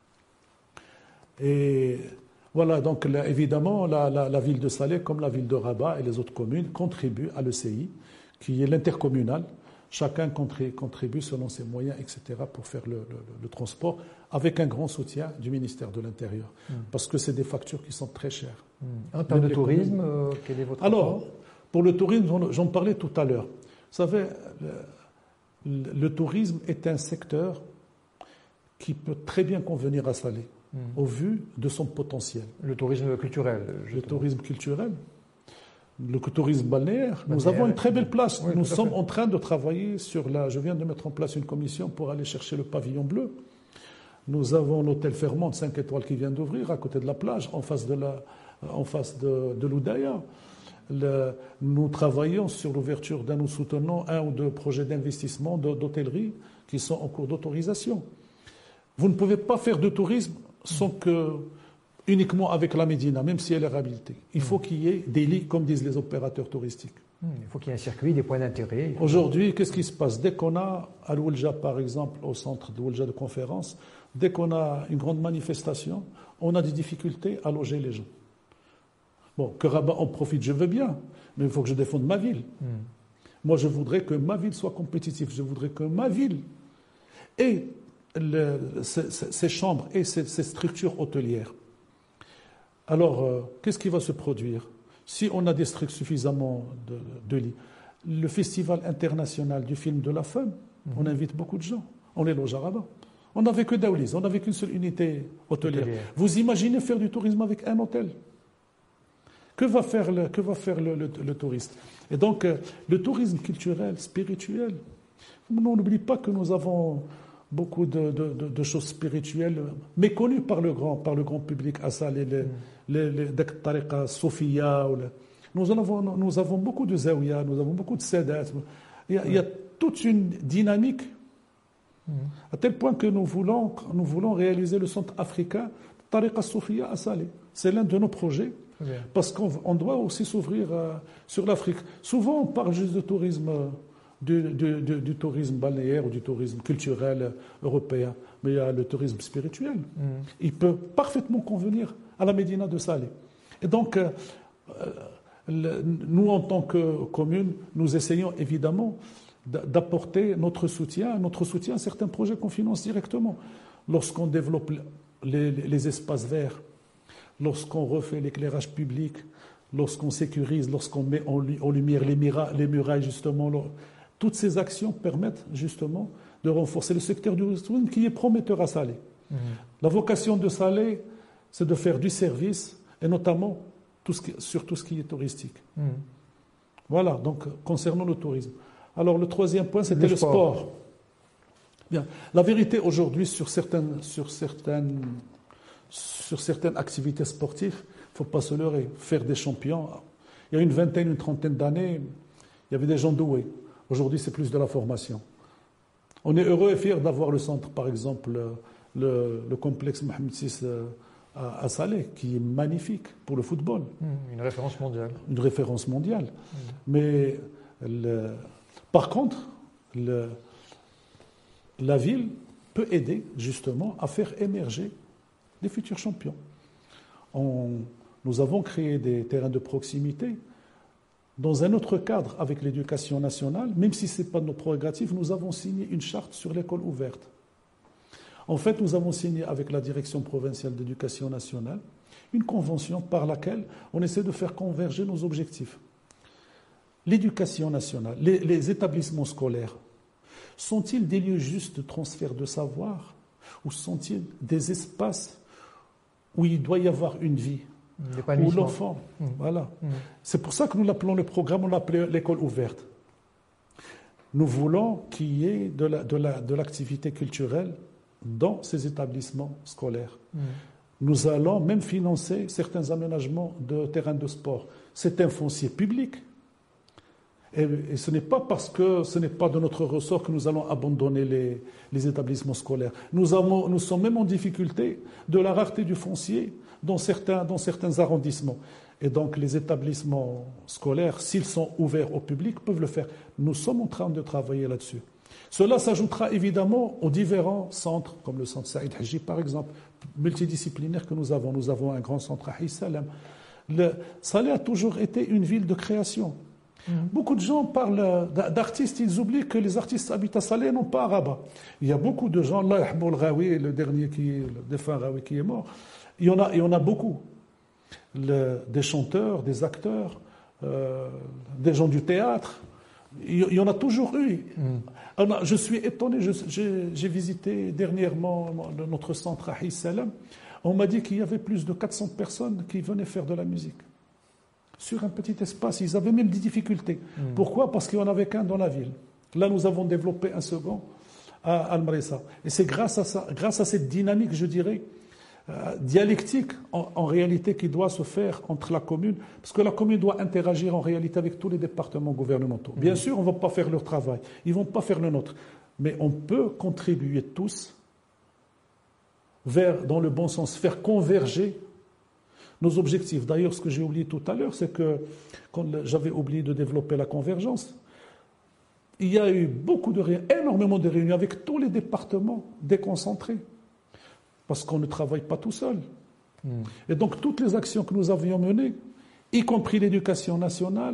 [SPEAKER 2] Et voilà, donc là, évidemment, la, la, la ville de Salé, comme la ville de Rabat et les autres communes, contribuent à l'E C I, qui est l'intercommunal. Chacun contribue selon ses moyens, et cetera, pour faire le, le, le transport, avec un grand soutien du ministère de l'Intérieur. Mmh. Parce que c'est des factures qui sont très chères.
[SPEAKER 1] Mmh. En termes de tourisme, euh, quel est votre
[SPEAKER 2] Alors,
[SPEAKER 1] rapport ?
[SPEAKER 2] Pour le tourisme, j'en parlais tout à l'heure. Vous savez, le, le tourisme est un secteur qui peut très bien convenir à Salé, mmh. au vu de son potentiel.
[SPEAKER 1] Le tourisme culturel, justement.
[SPEAKER 2] Le tourisme culturel. Le tourisme balnéaire, nous avons une très belle place.
[SPEAKER 1] Oui,
[SPEAKER 2] nous sommes en train de travailler sur la... Je viens de mettre en place une commission pour aller chercher le pavillon bleu. Nous avons l'hôtel Fermont de cinq étoiles qui vient d'ouvrir à côté de la plage, en face de, la, en face de, de l'Oudaya. Le, nous travaillons sur l'ouverture d'un, nous soutenons un ou deux projets d'investissement d'hôtellerie qui sont en cours d'autorisation. Vous ne pouvez pas faire de tourisme sans que... uniquement avec la Médina, même si elle est réhabilitée. Il faut qu'il y ait des lits, comme disent les opérateurs touristiques.
[SPEAKER 1] Il faut qu'il y ait un circuit, des points d'intérêt.
[SPEAKER 2] Aujourd'hui, qu'est-ce qui se passe? Dès qu'on a, à l'Oulja par exemple, au centre de l'Oulja de conférence, dès qu'on a une grande manifestation, on a des difficultés à loger les gens. Bon, que Rabat en profite, je veux bien, mais il faut que je défende ma ville. Mm. Moi, je voudrais que ma ville soit compétitive. Je voudrais que ma ville ait le, ces, ces chambres et ces, ces structures hôtelières. Alors, euh, qu'est-ce qui va se produire? Si on a des structures suffisamment de, de lits, le Festival international du film de la femme, mmh. on invite beaucoup de gens. On les loge à Rabat. On n'avait que Daoulis, on n'avait qu'une seule unité hôtelière. Hôtelière. Vous imaginez faire du tourisme avec un hôtel? Que va faire le, que va faire le, le, le touriste? Et donc, euh, le tourisme culturel, spirituel, on n'oublie pas que nous avons... beaucoup de, de, de, de choses spirituelles méconnues par le grand, par le grand public à ça, les, les, les, les, les tariqa Sophia. Nous avons, nous avons beaucoup de zawiya, nous avons beaucoup de sadat. Il y a, il y a toute une dynamique, à tel point que nous voulons, nous voulons réaliser le centre africain Tariqa Sophia à Salé. C'est l'un de nos projets, parce qu'on doit aussi s'ouvrir euh, sur l'Afrique. Souvent, on parle juste de tourisme. Euh, Du, du, du, du tourisme balnéaire ou du tourisme culturel européen, mais il y a le tourisme spirituel. Mm. Il peut parfaitement convenir à la Médina de Salé. Et donc, euh, le, nous, en tant que commune, nous essayons évidemment d'apporter notre soutien, notre soutien à certains projets qu'on finance directement. Lorsqu'on développe les, les espaces verts, lorsqu'on refait l'éclairage public, lorsqu'on sécurise, lorsqu'on met en, en lumière les, mira, les murailles, justement, toutes ces actions permettent justement de renforcer le secteur du tourisme qui est prometteur à Salé. Mmh. La vocation de Salé, c'est de faire du service et notamment tout ce qui, sur tout ce qui est touristique. Mmh. Voilà, donc concernant le tourisme. Alors le troisième point, c'était le, le sport. sport. Bien. La vérité aujourd'hui sur certaines, sur certaines, sur certaines activités sportives, il ne faut pas se leurrer, faire des champions. Il y a une vingtaine, une trentaine d'années, il y avait des gens doués. Aujourd'hui, c'est plus de la formation. On est heureux et fiers d'avoir le centre, par exemple, le, le complexe Mohamed six à, à Salé, qui est magnifique pour le football.
[SPEAKER 1] Une référence mondiale.
[SPEAKER 2] Une référence mondiale. Mmh. Mais le, par contre, le, la ville peut aider justement à faire émerger des futurs champions. On, nous avons créé des terrains de proximité. Dans un autre cadre avec l'éducation nationale, même si ce n'est pas nos prérogatives, nous avons signé une charte sur l'école ouverte. En fait, nous avons signé avec la direction provinciale d'éducation nationale une convention par laquelle on essaie de faire converger nos objectifs. L'éducation nationale, les, les établissements scolaires, sont-ils des lieux justes de transfert de savoir ou sont-ils des espaces où il doit y avoir une vie? Ou l'enfant. Mmh. Voilà. Mmh. C'est pour ça que nous l'appelons le programme, on l'appelait l'école ouverte. Nous voulons qu'il y ait de, la, de, la, de l'activité culturelle dans ces établissements scolaires. Mmh. Nous allons même financer certains aménagements de terrains de sport. C'est un foncier public. Et, et ce n'est pas parce que ce n'est pas de notre ressort que nous allons abandonner les, les établissements scolaires. Nous, avons, nous sommes même en difficulté de la rareté du foncier dans certains, dans certains arrondissements. Et donc les établissements scolaires, s'ils sont ouverts au public, peuvent le faire. Nous sommes en train de travailler là-dessus. Cela s'ajoutera évidemment aux différents centres, comme le centre Saïd Haji par exemple, multidisciplinaire que nous avons. Nous avons un grand centre à Hissalam. Le Salé a toujours été une ville de création. Mmh. Beaucoup de gens parlent d'artistes, ils oublient que les artistes habitent à Salé, non pas à Rabat. Il y a beaucoup de gens, là, Yahboul Raoui, le dernier qui, le défunt Raoui qui est mort, il y en a, il y en a beaucoup. Le, des chanteurs, des acteurs, euh, des gens du théâtre, il y en a toujours eu. Mmh. Alors, je suis étonné, j'ai visité dernièrement notre centre à Hissalam, on m'a dit qu'il y avait plus de quatre cents personnes qui venaient faire de la musique. Sur un petit espace, ils avaient même des difficultés. Mmh. Pourquoi? Parce qu'il n'y en avait qu'un dans la ville. Là, nous avons développé un second à Al-Marissa. Et c'est grâce à ça, grâce à cette dynamique, je dirais, euh, dialectique, en, en réalité, qui doit se faire entre la commune, parce que la commune doit interagir en réalité avec tous les départements gouvernementaux. Mmh. Bien sûr, on ne va pas faire leur travail, ils ne vont pas faire le nôtre, mais on peut contribuer tous vers, dans le bon sens, faire converger nos objectifs. D'ailleurs, ce que j'ai oublié tout à l'heure, c'est que quand j'avais oublié de développer la convergence, il y a eu beaucoup de réunions, énormément de réunions avec tous les départements déconcentrés, parce qu'on ne travaille pas tout seul. Mmh. Et donc, toutes les actions que nous avions menées, y compris l'éducation nationale,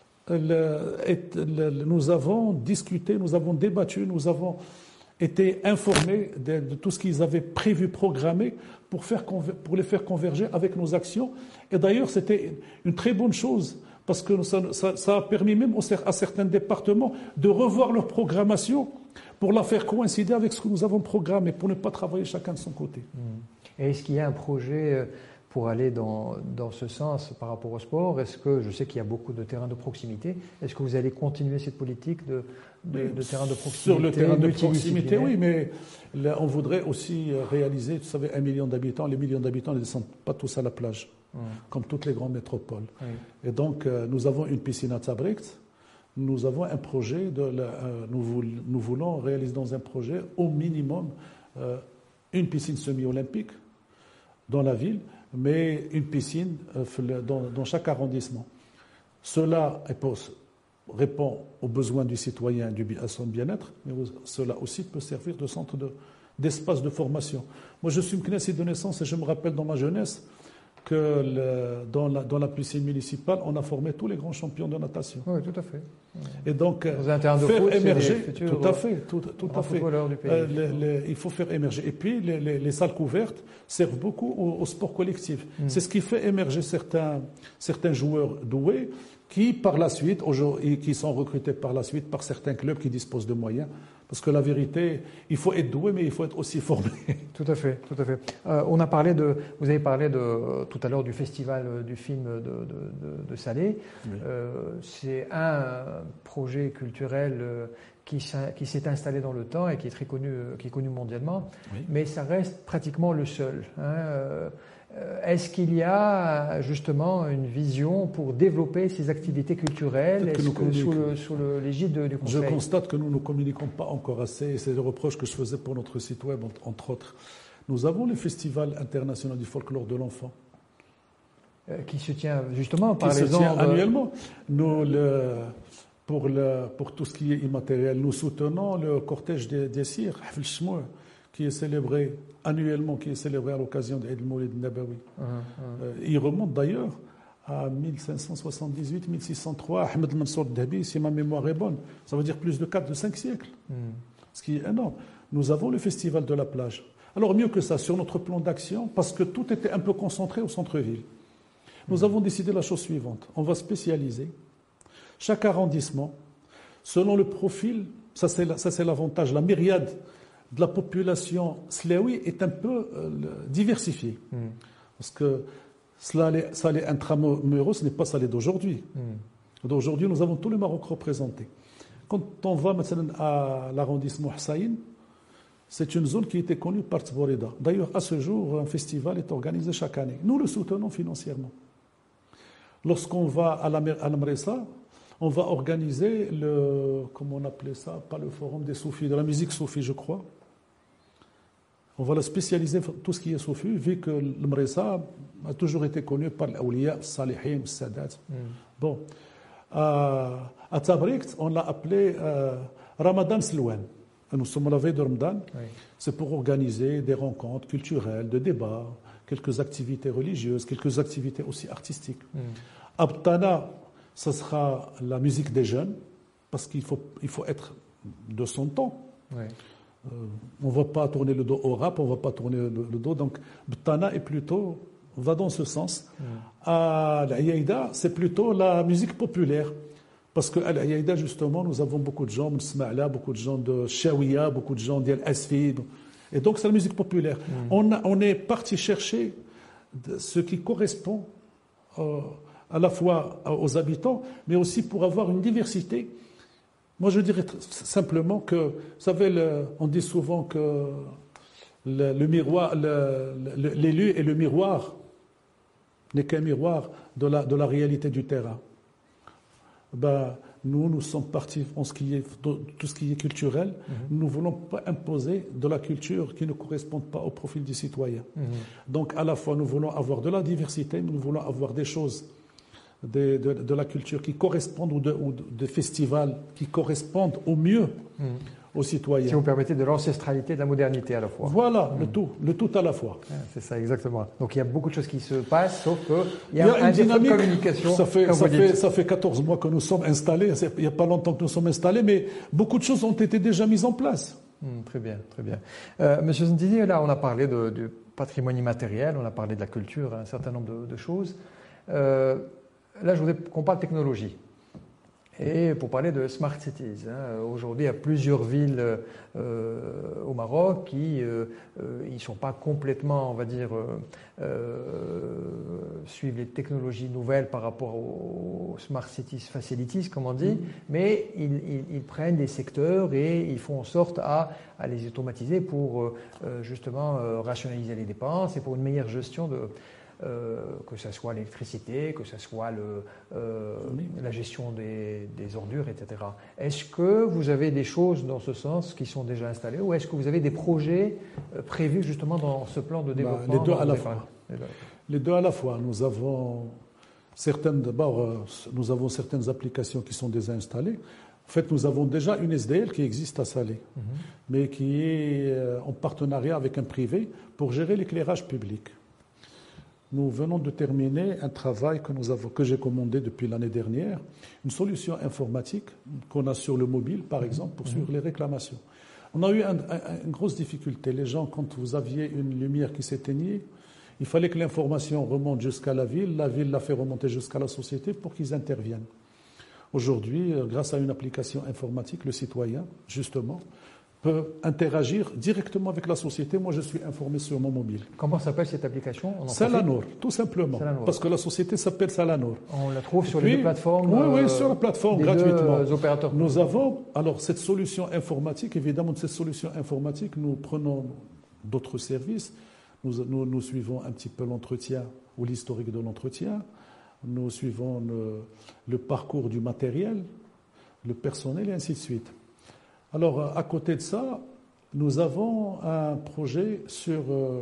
[SPEAKER 2] le, et, le, nous avons discuté, nous avons débattu, nous avons été informés de, de tout ce qu'ils avaient prévu, programmé, pour, faire, pour les faire converger avec nos actions. Et d'ailleurs, c'était une très bonne chose, parce que ça, ça, ça a permis même à certains départements de revoir leur programmation pour la faire coïncider avec ce que nous avons programmé, pour ne pas travailler chacun de son côté.
[SPEAKER 1] Et est-ce qu'il y a un projet pour aller dans, dans ce sens par rapport au sport? Est-ce que, je sais qu'il y a beaucoup de terrains de proximité, est-ce que vous allez continuer cette politique de, de, de terrains de proximité?
[SPEAKER 2] Sur le terrain de proximité, oui, mais là, on voudrait aussi réaliser, vous savez, un million d'habitants. Les millions d'habitants ne descendent pas tous à la plage, hum. comme toutes les grandes métropoles. Oui. Et donc, euh, nous avons une piscine à Tabrikt. Nous avons un projet, de la, euh, nous, nous voulons réaliser dans un projet, au minimum, euh, une piscine semi-olympique dans la ville, mais une piscine euh, dans, dans chaque arrondissement. Cela répond aux besoins du citoyen, du, à son bien-être, mais cela aussi peut servir de centre de, d'espace de formation. Moi, je suis Mknessi de naissance et je me rappelle dans ma jeunesse que le, dans, la, dans la piscine municipale, on a formé tous les grands champions de natation.
[SPEAKER 1] Oui, tout à fait.
[SPEAKER 2] Et donc,
[SPEAKER 1] dans un terrain de
[SPEAKER 2] faire
[SPEAKER 1] foot,
[SPEAKER 2] émerger,
[SPEAKER 1] futurs,
[SPEAKER 2] tout à fait, tout, tout à fait.
[SPEAKER 1] Du pays.
[SPEAKER 2] Euh, les, les, il faut faire émerger. Et puis, les, les, les salles couvertes servent beaucoup au, au sport collectif. Mm. C'est ce qui fait émerger certains, certains joueurs doués qui, par la suite, et qui sont recrutés par la suite par certains clubs qui disposent de moyens. Parce que la vérité, il faut être doué, mais il faut être aussi formé.
[SPEAKER 1] Tout à fait, tout à fait. Euh, on a parlé de, vous avez parlé de, tout à l'heure du festival du film de, de, de, de Salé. Oui. Euh, c'est un projet culturel qui, qui s'est installé dans le temps et qui est très connu, qui est connu mondialement, oui. mais ça reste pratiquement le seul. Hein. Est-ce qu'il y a justement une vision pour développer ces activités culturelles que que sous, le, sous le, l'égide du Conseil?
[SPEAKER 2] Je constate que nous ne communiquons pas encore assez, et c'est le reproche que je faisais pour notre site web, entre autres. Nous avons le Festival international du folklore de l'enfant.
[SPEAKER 1] Euh, qui se tient justement par
[SPEAKER 2] qui
[SPEAKER 1] les
[SPEAKER 2] se tient
[SPEAKER 1] ondes...
[SPEAKER 2] annuellement. Nous, le, pour, le, pour tout ce qui est immatériel, nous soutenons le cortège des, des Sires, Hafl Shmoua, qui est célébré annuellement, qui est célébré à l'occasion de Eid al-Mawlid Nabawi. Uh-huh, uh-huh. euh, il remonte d'ailleurs à mille cinq cent soixante-dix-huit mille six cent trois, Ahmed Mansour Dhabi, si ma mémoire est bonne. Ça veut dire plus de quatre, de cinq siècles. Mm. Ce qui est énorme. Nous avons le festival de la plage. Alors mieux que ça, sur notre plan d'action, parce que tout était un peu concentré au centre-ville, nous mm. avons décidé la chose suivante. On va spécialiser chaque arrondissement selon le profil, ça c'est, ça c'est l'avantage, la myriade de la population slaoui est un peu euh, diversifiée. Mm. Parce que Salé, Salé intramuros, ce n'est pas Salé d'aujourd'hui. Mm. D'aujourd'hui, nous avons tous les Maroc représentés. Quand on va maintenant à l'arrondissement Hussaïn, c'est une zone qui était connue par Tboreda. D'ailleurs, à ce jour, un festival est organisé chaque année. Nous le soutenons financièrement. Lorsqu'on va à la Mressa, on va organiser le, comment on appelait ça, pas le forum des soufis, de la musique soufie, je crois. On va la spécialiser tout ce qui est soufi, vu que le Mrissa a toujours été connu par l'Awliya, le Salihin, le Sadat. Mm. Bon. Euh, à Tabrikt, on l'a appelé euh, Ramadan Slouan. Nous sommes à la veille de Ramadan. Oui. C'est pour organiser des rencontres culturelles, des débats, quelques activités religieuses, quelques activités aussi artistiques. Mm. Abtana, ce sera la musique des jeunes, parce qu'il faut, il faut être de son temps. Oui. Euh, on ne va pas tourner le dos au rap, on ne va pas tourner le, le dos. Donc, Btana est plutôt, va dans ce sens. Mm. À l'Aïda, c'est plutôt la musique populaire. Parce qu'à l'Aïda, justement, nous avons beaucoup de gens, Msma'la, beaucoup de gens de Shawiya, beaucoup de gens d'Al-Asfid. Et donc, c'est la musique populaire. Mm. On, a, on est parti chercher ce qui correspond euh, à la fois aux habitants, mais aussi pour avoir une diversité. Moi, je dirais simplement que, vous savez, le, on dit souvent que le, le miroir, l'élu est le miroir, n'est qu'un miroir de la, de la réalité du terrain. Ben, nous, nous sommes partis en ce qui est, tout ce qui est culturel. Mm-hmm. Nous ne voulons pas imposer de la culture qui ne correspond pas au profil du citoyen. Mm-hmm. Donc, à la fois, nous voulons avoir de la diversité, nous voulons avoir des choses De, de, de la culture qui correspondent ou, de, ou de, de festivals qui correspondent au mieux mmh. aux citoyens.
[SPEAKER 1] Si vous permettez, de l'ancestralité et de la modernité à la fois.
[SPEAKER 2] Voilà, mmh. le tout, le tout à la fois.
[SPEAKER 1] Ah, c'est ça, exactement. Donc il y a beaucoup de choses qui se passent, sauf qu'il y, y a un défaut de communication.
[SPEAKER 2] Ça fait, ça, fait, ça fait quatorze mois que nous sommes installés, il n'y a pas longtemps que nous sommes installés, mais beaucoup de choses ont été déjà mises en place.
[SPEAKER 1] Mmh, très bien, très bien. Euh, Monsieur Zendini, là on a parlé de, du patrimoine immatériel, on a parlé de la culture, un certain nombre de, de choses. Euh, Là, je voudrais qu'on parle technologie. Et pour parler de smart cities, hein, aujourd'hui, il y a plusieurs villes euh, au Maroc qui euh, euh, ne sont pas complètement, on va dire, euh, suivent les technologies nouvelles par rapport aux smart cities facilities, comme on dit, mmh. mais ils, ils, ils prennent des secteurs et ils font en sorte à, à les automatiser pour euh, justement euh, rationaliser les dépenses et pour une meilleure gestion de Euh, que ce soit l'électricité, que ce soit le, euh, la gestion des, des ordures, et cetera. Est-ce que vous avez des choses dans ce sens qui sont déjà installées ou est-ce que vous avez des projets euh, prévus justement dans ce plan de développement?
[SPEAKER 2] Bah, les deux à la fois. Les deux à la fois. Nous avons certaines, d'abord, euh, nous avons certaines applications qui sont déjà installées. En fait, nous avons déjà une S D L qui existe à Salé, mm-hmm. mais qui est en partenariat avec un privé pour gérer l'éclairage public. Nous venons de terminer un travail que, nous avons, que j'ai commandé depuis l'année dernière, une solution informatique qu'on a sur le mobile, par exemple, pour suivre les réclamations. On a eu un, un, une grosse difficulté. Les gens, quand vous aviez une lumière qui s'éteignait, il fallait que l'information remonte jusqu'à la ville, la ville la fait remonter jusqu'à la société pour qu'ils interviennent. Aujourd'hui, grâce à une application informatique, le citoyen, justement, peut interagir directement avec la société. Moi, je suis informé sur mon mobile.
[SPEAKER 1] Comment s'appelle cette application?
[SPEAKER 2] Salanour, tout simplement. Salanour. Parce que la société s'appelle Salanour.
[SPEAKER 1] On la trouve sur puis, les deux plateformes.
[SPEAKER 2] Oui, oui, sur la plateforme, gratuitement.
[SPEAKER 1] Deux opérateurs.
[SPEAKER 2] Nous avons, alors, cette solution informatique, évidemment, de cette solution informatique, nous prenons d'autres services. Nous, nous, nous suivons un petit peu l'entretien ou l'historique de l'entretien. Nous suivons le, le parcours du matériel, le personnel et ainsi de suite. Alors, à côté de ça, nous avons un projet sur, euh,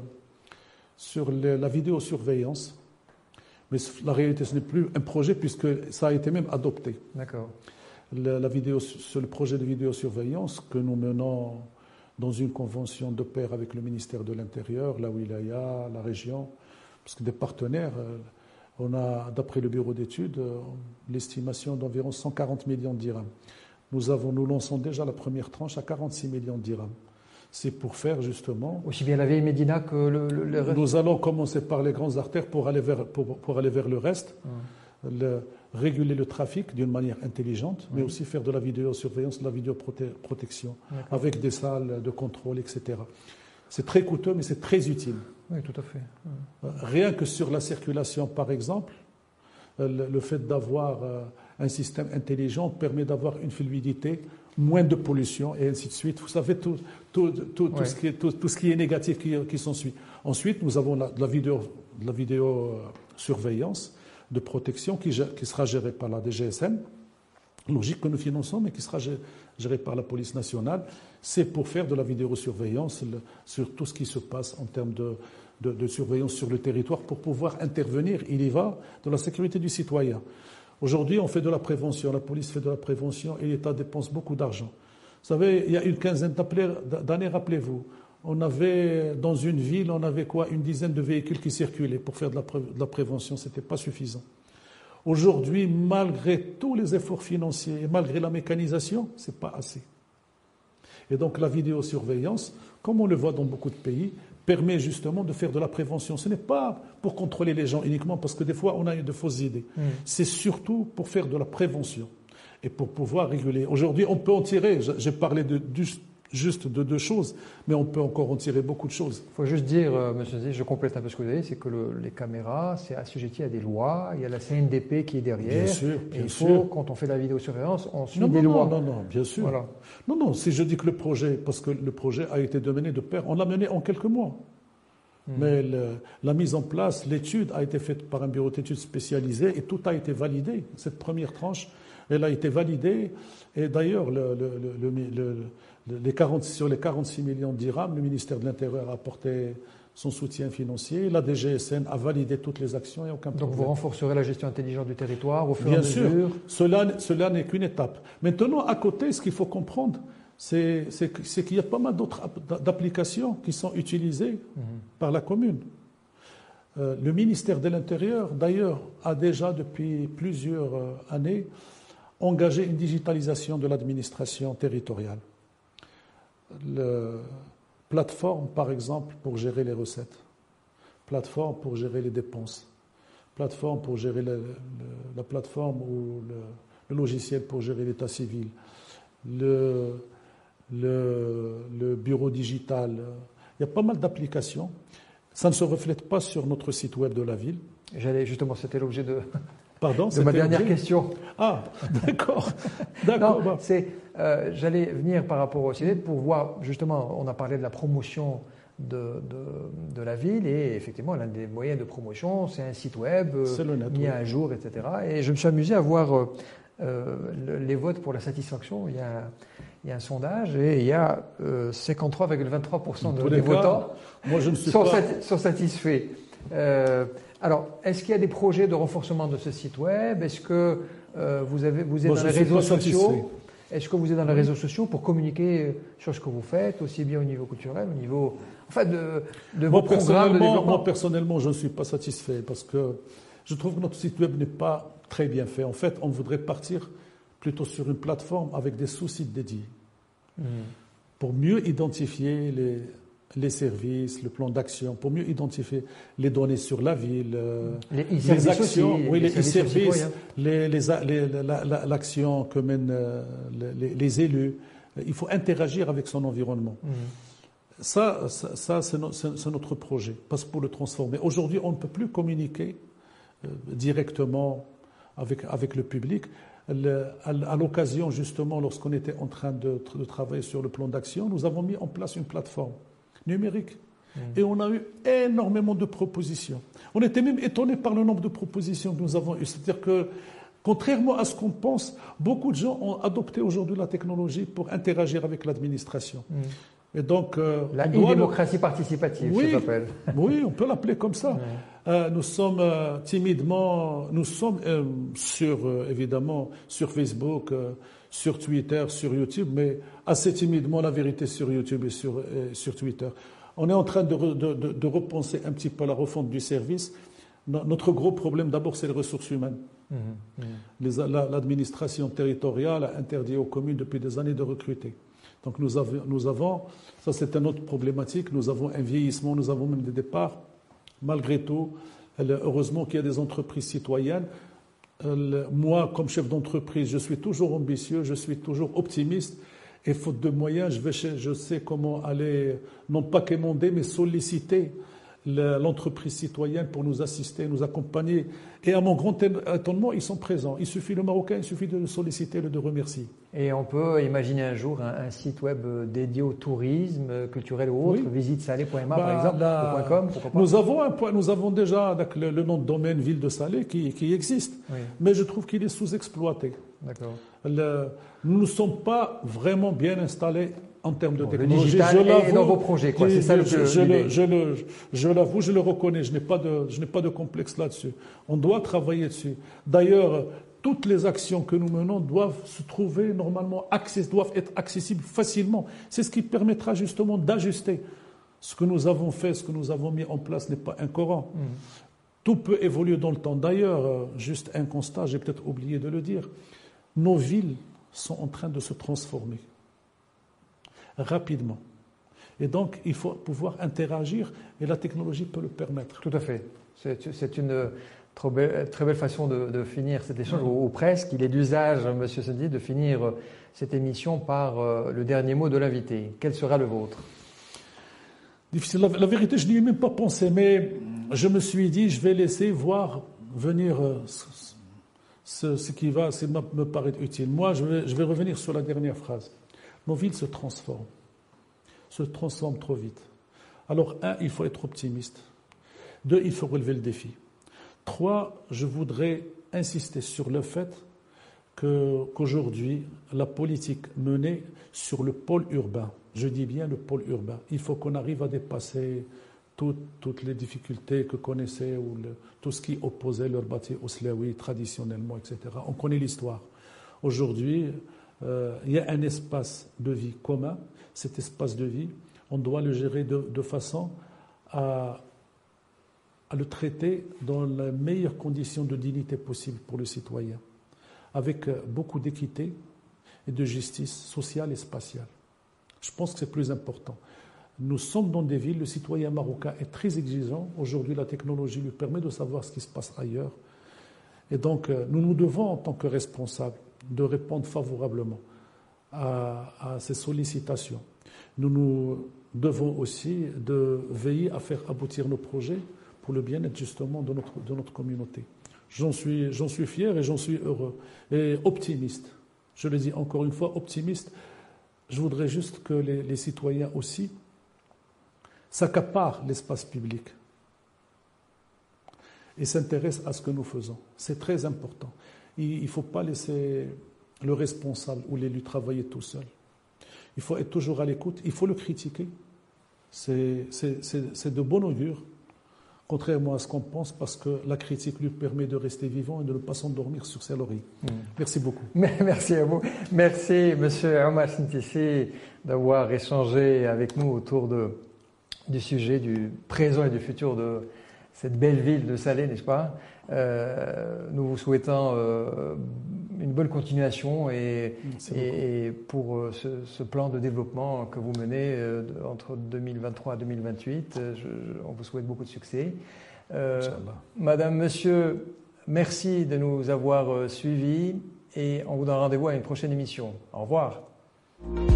[SPEAKER 2] sur le, la vidéosurveillance. Mais la réalité, ce n'est plus un projet puisque ça a été même adopté.
[SPEAKER 1] D'accord.
[SPEAKER 2] Le, la vidéo, sur le projet de vidéosurveillance que nous menons dans une convention de pair avec le ministère de l'Intérieur, la wilaya, la région, parce que des partenaires, euh, on a, d'après le bureau d'études, euh, l'estimation d'environ cent quarante millions de dirhams. Nous, avons, nous lançons déjà la première tranche à quarante-six millions de dirhams. C'est pour faire justement...
[SPEAKER 1] Aussi bien la vieille Médina que le, le, le reste.
[SPEAKER 2] Nous allons commencer par les grandes artères pour aller vers, pour, pour aller vers le reste, mmh. le, réguler le trafic d'une manière intelligente, mmh. mais aussi faire de la vidéosurveillance, de la vidéoprotection, avec des salles de contrôle, et cetera. C'est très coûteux, mais c'est très utile.
[SPEAKER 1] Oui, tout à fait. Mmh.
[SPEAKER 2] Rien que sur la circulation, par exemple, le, le fait d'avoir... un système intelligent permet d'avoir une fluidité, moins de pollution et ainsi de suite. Vous savez, tout, tout, tout, tout, ouais. ce, qui est, tout, tout ce qui est négatif qui, qui s'ensuit. Ensuite, nous avons la, la vidéo, la vidéo surveillance de protection qui, qui sera gérée par la D G S M logique que nous finançons, mais qui sera gérée par la police nationale. C'est pour faire de la vidéosurveillance sur tout ce qui se passe en termes de, de, de surveillance sur le territoire, pour pouvoir intervenir. Il y va de la sécurité du citoyen. Aujourd'hui, on fait de la prévention, la police fait de la prévention et l'État dépense beaucoup d'argent. Vous savez, il y a une quinzaine d'années, rappelez-vous, on avait, dans une ville, on avait quoi, une dizaine de véhicules qui circulaient pour faire de la, pré de la prévention. Ce n'était pas suffisant. Aujourd'hui, malgré tous les efforts financiers et malgré la mécanisation, ce n'est pas assez. Et donc la vidéosurveillance, comme on le voit dans beaucoup de pays, permet justement de faire de la prévention. Ce n'est pas pour contrôler les gens uniquement, parce que des fois on a de fausses idées. Mmh. C'est surtout pour faire de la prévention et pour pouvoir réguler. Aujourd'hui, on peut en tirer, j'ai parlé de, juste de deux choses, mais on peut encore en tirer beaucoup de choses.
[SPEAKER 1] Il faut juste dire, euh, monsieur Zé, je complète un peu ce que vous avez dit, c'est que le, les caméras, c'est assujetti à des lois, il y a la C N D P qui est derrière.
[SPEAKER 2] Bien sûr, bien
[SPEAKER 1] et il
[SPEAKER 2] sûr.
[SPEAKER 1] faut, quand on fait de la vidéosurveillance, on suit
[SPEAKER 2] non,
[SPEAKER 1] des
[SPEAKER 2] non,
[SPEAKER 1] lois.
[SPEAKER 2] Non, non, non, bien sûr.
[SPEAKER 1] Voilà.
[SPEAKER 2] Non, non, si je dis que le projet, parce que le projet a été mené de pair, on l'a mené en quelques mois. Mmh. Mais le, la mise en place, l'étude a été faite par un bureau d'études spécialisé et tout a été validé. Cette première tranche, elle a été validée. Et d'ailleurs, le, le, le, le, les quarante, sur les quarante-six millions de dirhams, le ministère de l'Intérieur a apporté son soutien financier. La D G S N a validé toutes les actions et aucun problème.
[SPEAKER 1] Donc vous renforcerez la gestion intelligente du territoire au fur
[SPEAKER 2] Bien
[SPEAKER 1] et à mesure.
[SPEAKER 2] Bien sûr, cela, cela n'est qu'une étape. Maintenant, à côté, ce qu'il faut comprendre, c'est qu'il y a pas mal d'autres applications qui sont utilisées mmh. par la commune. Euh, le ministère de l'Intérieur, d'ailleurs, a déjà depuis plusieurs euh, années engagé une digitalisation de l'administration territoriale. Le plateforme, par exemple, pour gérer les recettes, plateforme pour gérer les dépenses, plateforme pour gérer le, le, la plateforme ou le, le logiciel pour gérer l'état civil, le Le, le bureau digital. Il y a pas mal d'applications. Ça ne se reflète pas sur notre site web de la ville.
[SPEAKER 1] J'allais justement, c'était l'objet de,
[SPEAKER 2] Pardon,
[SPEAKER 1] de ma dernière question.
[SPEAKER 2] Ah, d'accord. D'accord.
[SPEAKER 1] Non, c'est, euh, j'allais venir par rapport au site pour voir, justement, on a parlé de la promotion de, de, de la ville et effectivement, l'un des moyens de promotion, c'est un site web euh, le net, mis oui. à jour, et cetera. Et je me suis amusé à voir euh, euh, les votes pour la satisfaction. Il y a Il y a un sondage et il y a euh, cinquante-trois virgule vingt-trois pour cent de, des cas, votants
[SPEAKER 2] moi je ne suis
[SPEAKER 1] sont,
[SPEAKER 2] pas...
[SPEAKER 1] sati sont satisfaits. Euh, alors, est-ce qu'il y a des projets de renforcement de ce site web? Est-ce que euh, vous, avez, vous êtes moi, dans les réseaux sociaux? Est-ce que vous êtes dans les réseaux sociaux pour communiquer sur ce que vous faites, aussi bien au niveau culturel, au niveau enfin de, de
[SPEAKER 2] moi,
[SPEAKER 1] vos programmes de développement?
[SPEAKER 2] Moi, personnellement, je ne suis pas satisfait parce que je trouve que notre site web n'est pas très bien fait. En fait, on voudrait partir plutôt sur une plateforme avec des sous-sites dédiés. Mmh. Pour mieux identifier les, les services, le plan d'action, pour mieux identifier les données sur la ville,
[SPEAKER 1] les,
[SPEAKER 2] les actions,
[SPEAKER 1] aussi,
[SPEAKER 2] oui, les,
[SPEAKER 1] les
[SPEAKER 2] services, les, les, l'action que mènent les, les élus. Il faut interagir avec son environnement. Mmh. Ça, ça, ça c'est no, notre projet, parce pour le transformer. Aujourd'hui, on ne peut plus communiquer euh, directement avec, avec le public. Le, à, à l'occasion, justement, lorsqu'on était en train de, de travailler sur le plan d'action, nous avons mis en place une plateforme numérique. Mmh. Et on a eu énormément de propositions. On était même étonnés par le nombre de propositions que nous avons eues. C'est-à-dire que, contrairement à ce qu'on pense, beaucoup de gens ont adopté aujourd'hui la technologie pour interagir avec l'administration. Mmh. Et donc, euh,
[SPEAKER 1] la e-démocratie le... participative,
[SPEAKER 2] oui,
[SPEAKER 1] ça s'appelle.
[SPEAKER 2] Oui, on peut l'appeler comme ça. Ouais. Euh, nous sommes euh, timidement, nous sommes euh, sur, euh, évidemment, sur Facebook, euh, sur Twitter, sur YouTube, mais assez timidement, la vérité, sur YouTube et sur, euh, sur Twitter. On est en train de, re, de, de, de repenser un petit peu la refonte du service. No, notre gros problème, d'abord, c'est les ressources humaines. Mmh, mmh. L'administration territoriale a interdit aux communes depuis des années de recruter. Donc nous avons, nous avons, ça c'est une autre problématique, nous avons un vieillissement, nous avons même des départs. Malgré tout, heureusement qu'il y a des entreprises citoyennes. Moi, comme chef d'entreprise, je suis toujours ambitieux, je suis toujours optimiste. Et faute de moyens, je, vais chez, je sais comment aller, non pas quémander, mais solliciter l'entreprise citoyenne pour nous assister, nous accompagner. Et à mon grand étonnement, ils sont présents. Il suffit, le Marocain, il suffit de le solliciter, de le remercier.
[SPEAKER 1] Et on peut imaginer un jour un, un site web dédié au tourisme culturel ou autre, oui. visite salé point m a bah, par exemple, là, .com, pourquoi pas.
[SPEAKER 2] Nous avons, un point, nous avons déjà le, le nom de domaine Ville de Salé qui, qui existe, oui. mais je trouve qu'il est sous-exploité.
[SPEAKER 1] D'accord.
[SPEAKER 2] Le, nous ne sommes pas vraiment bien installés en termes de
[SPEAKER 1] bon,
[SPEAKER 2] technologie.
[SPEAKER 1] Le digital est dans vos projets, quoi. C'est ça le
[SPEAKER 2] je, je, le, je, le, je l'avoue, je le reconnais. Je n'ai pas de, je n'ai pas de complexe là-dessus. On doit travailler dessus. D'ailleurs, toutes les actions que nous menons doivent se trouver normalement, access, doivent être accessibles facilement. C'est ce qui permettra justement d'ajuster. Ce que nous avons fait, ce que nous avons mis en place n'est pas incohérent. Mmh. Tout peut évoluer dans le temps. D'ailleurs, juste un constat, j'ai peut-être oublié de le dire. Nos villes sont en train de se transformer rapidement. Et donc, il faut pouvoir interagir et la technologie peut le permettre.
[SPEAKER 1] Tout à fait. C'est, c'est une très belle, très belle façon de, de finir cet échange, ou, ou presque. Il est d'usage, M. Sendi, de finir cette émission par euh, le dernier mot de l'invité. Quel sera le vôtre ?
[SPEAKER 2] Difficile. La, la vérité, je n'y ai même pas pensé, mais je me suis dit, je vais laisser voir venir euh, ce, ce, ce qui va ce me paraît utile. Moi, je vais, je vais revenir sur la dernière phrase. Nos villes se transforment, se transforment trop vite. Alors, un, il faut être optimiste. Deux, il faut relever le défi. Trois, je voudrais insister sur le fait que, qu'aujourd'hui, la politique menée sur le pôle urbain, je dis bien le pôle urbain, il faut qu'on arrive à dépasser toutes, toutes les difficultés que connaissait ou le, tout ce qui opposait le bâti oslaoui traditionnellement, et cetera. On connaît l'histoire. Aujourd'hui, Euh, il y a un espace de vie commun. Cet espace de vie, on doit le gérer de, de façon à, à le traiter dans les meilleures conditions de dignité possible pour le citoyen, avec beaucoup d'équité et de justice sociale et spatiale. Je pense que c'est plus important. Nous sommes dans des villes, le citoyen marocain est très exigeant. Aujourd'hui, la technologie lui permet de savoir ce qui se passe ailleurs. Et donc, nous nous devons, en tant que responsables, de répondre favorablement à, à ces sollicitations. Nous nous devons aussi de veiller à faire aboutir nos projets pour le bien-être justement de notre, de notre communauté. J'en suis, j'en suis fier et j'en suis heureux. Et optimiste, je le dis encore une fois, optimiste. Je voudrais juste que les, les citoyens aussi s'accaparent l'espace public et s'intéressent à ce que nous faisons. C'est très important. Il ne faut pas laisser le responsable ou l'élu travailler tout seul. Il faut être toujours à l'écoute. Il faut le critiquer. C'est, c'est, c'est, c'est de bon augure, contrairement à ce qu'on pense, parce que la critique lui permet de rester vivant et de ne pas s'endormir sur ses lauriers. Mmh. Merci beaucoup.
[SPEAKER 1] Merci à vous. Merci, M. Omar Sintisi, d'avoir échangé avec nous autour de, du sujet du présent et du futur de cette belle ville de Salé, n'est-ce pas ? Euh, nous vous souhaitons euh, une bonne continuation et, et, et pour euh, ce, ce plan de développement que vous menez euh, de, entre deux mille vingt-trois et deux mille vingt-huit. Je, je, on vous souhaite beaucoup de succès. Euh, Madame, Monsieur, merci de nous avoir euh, suivis et on vous donne rendez-vous à une prochaine émission. Au revoir.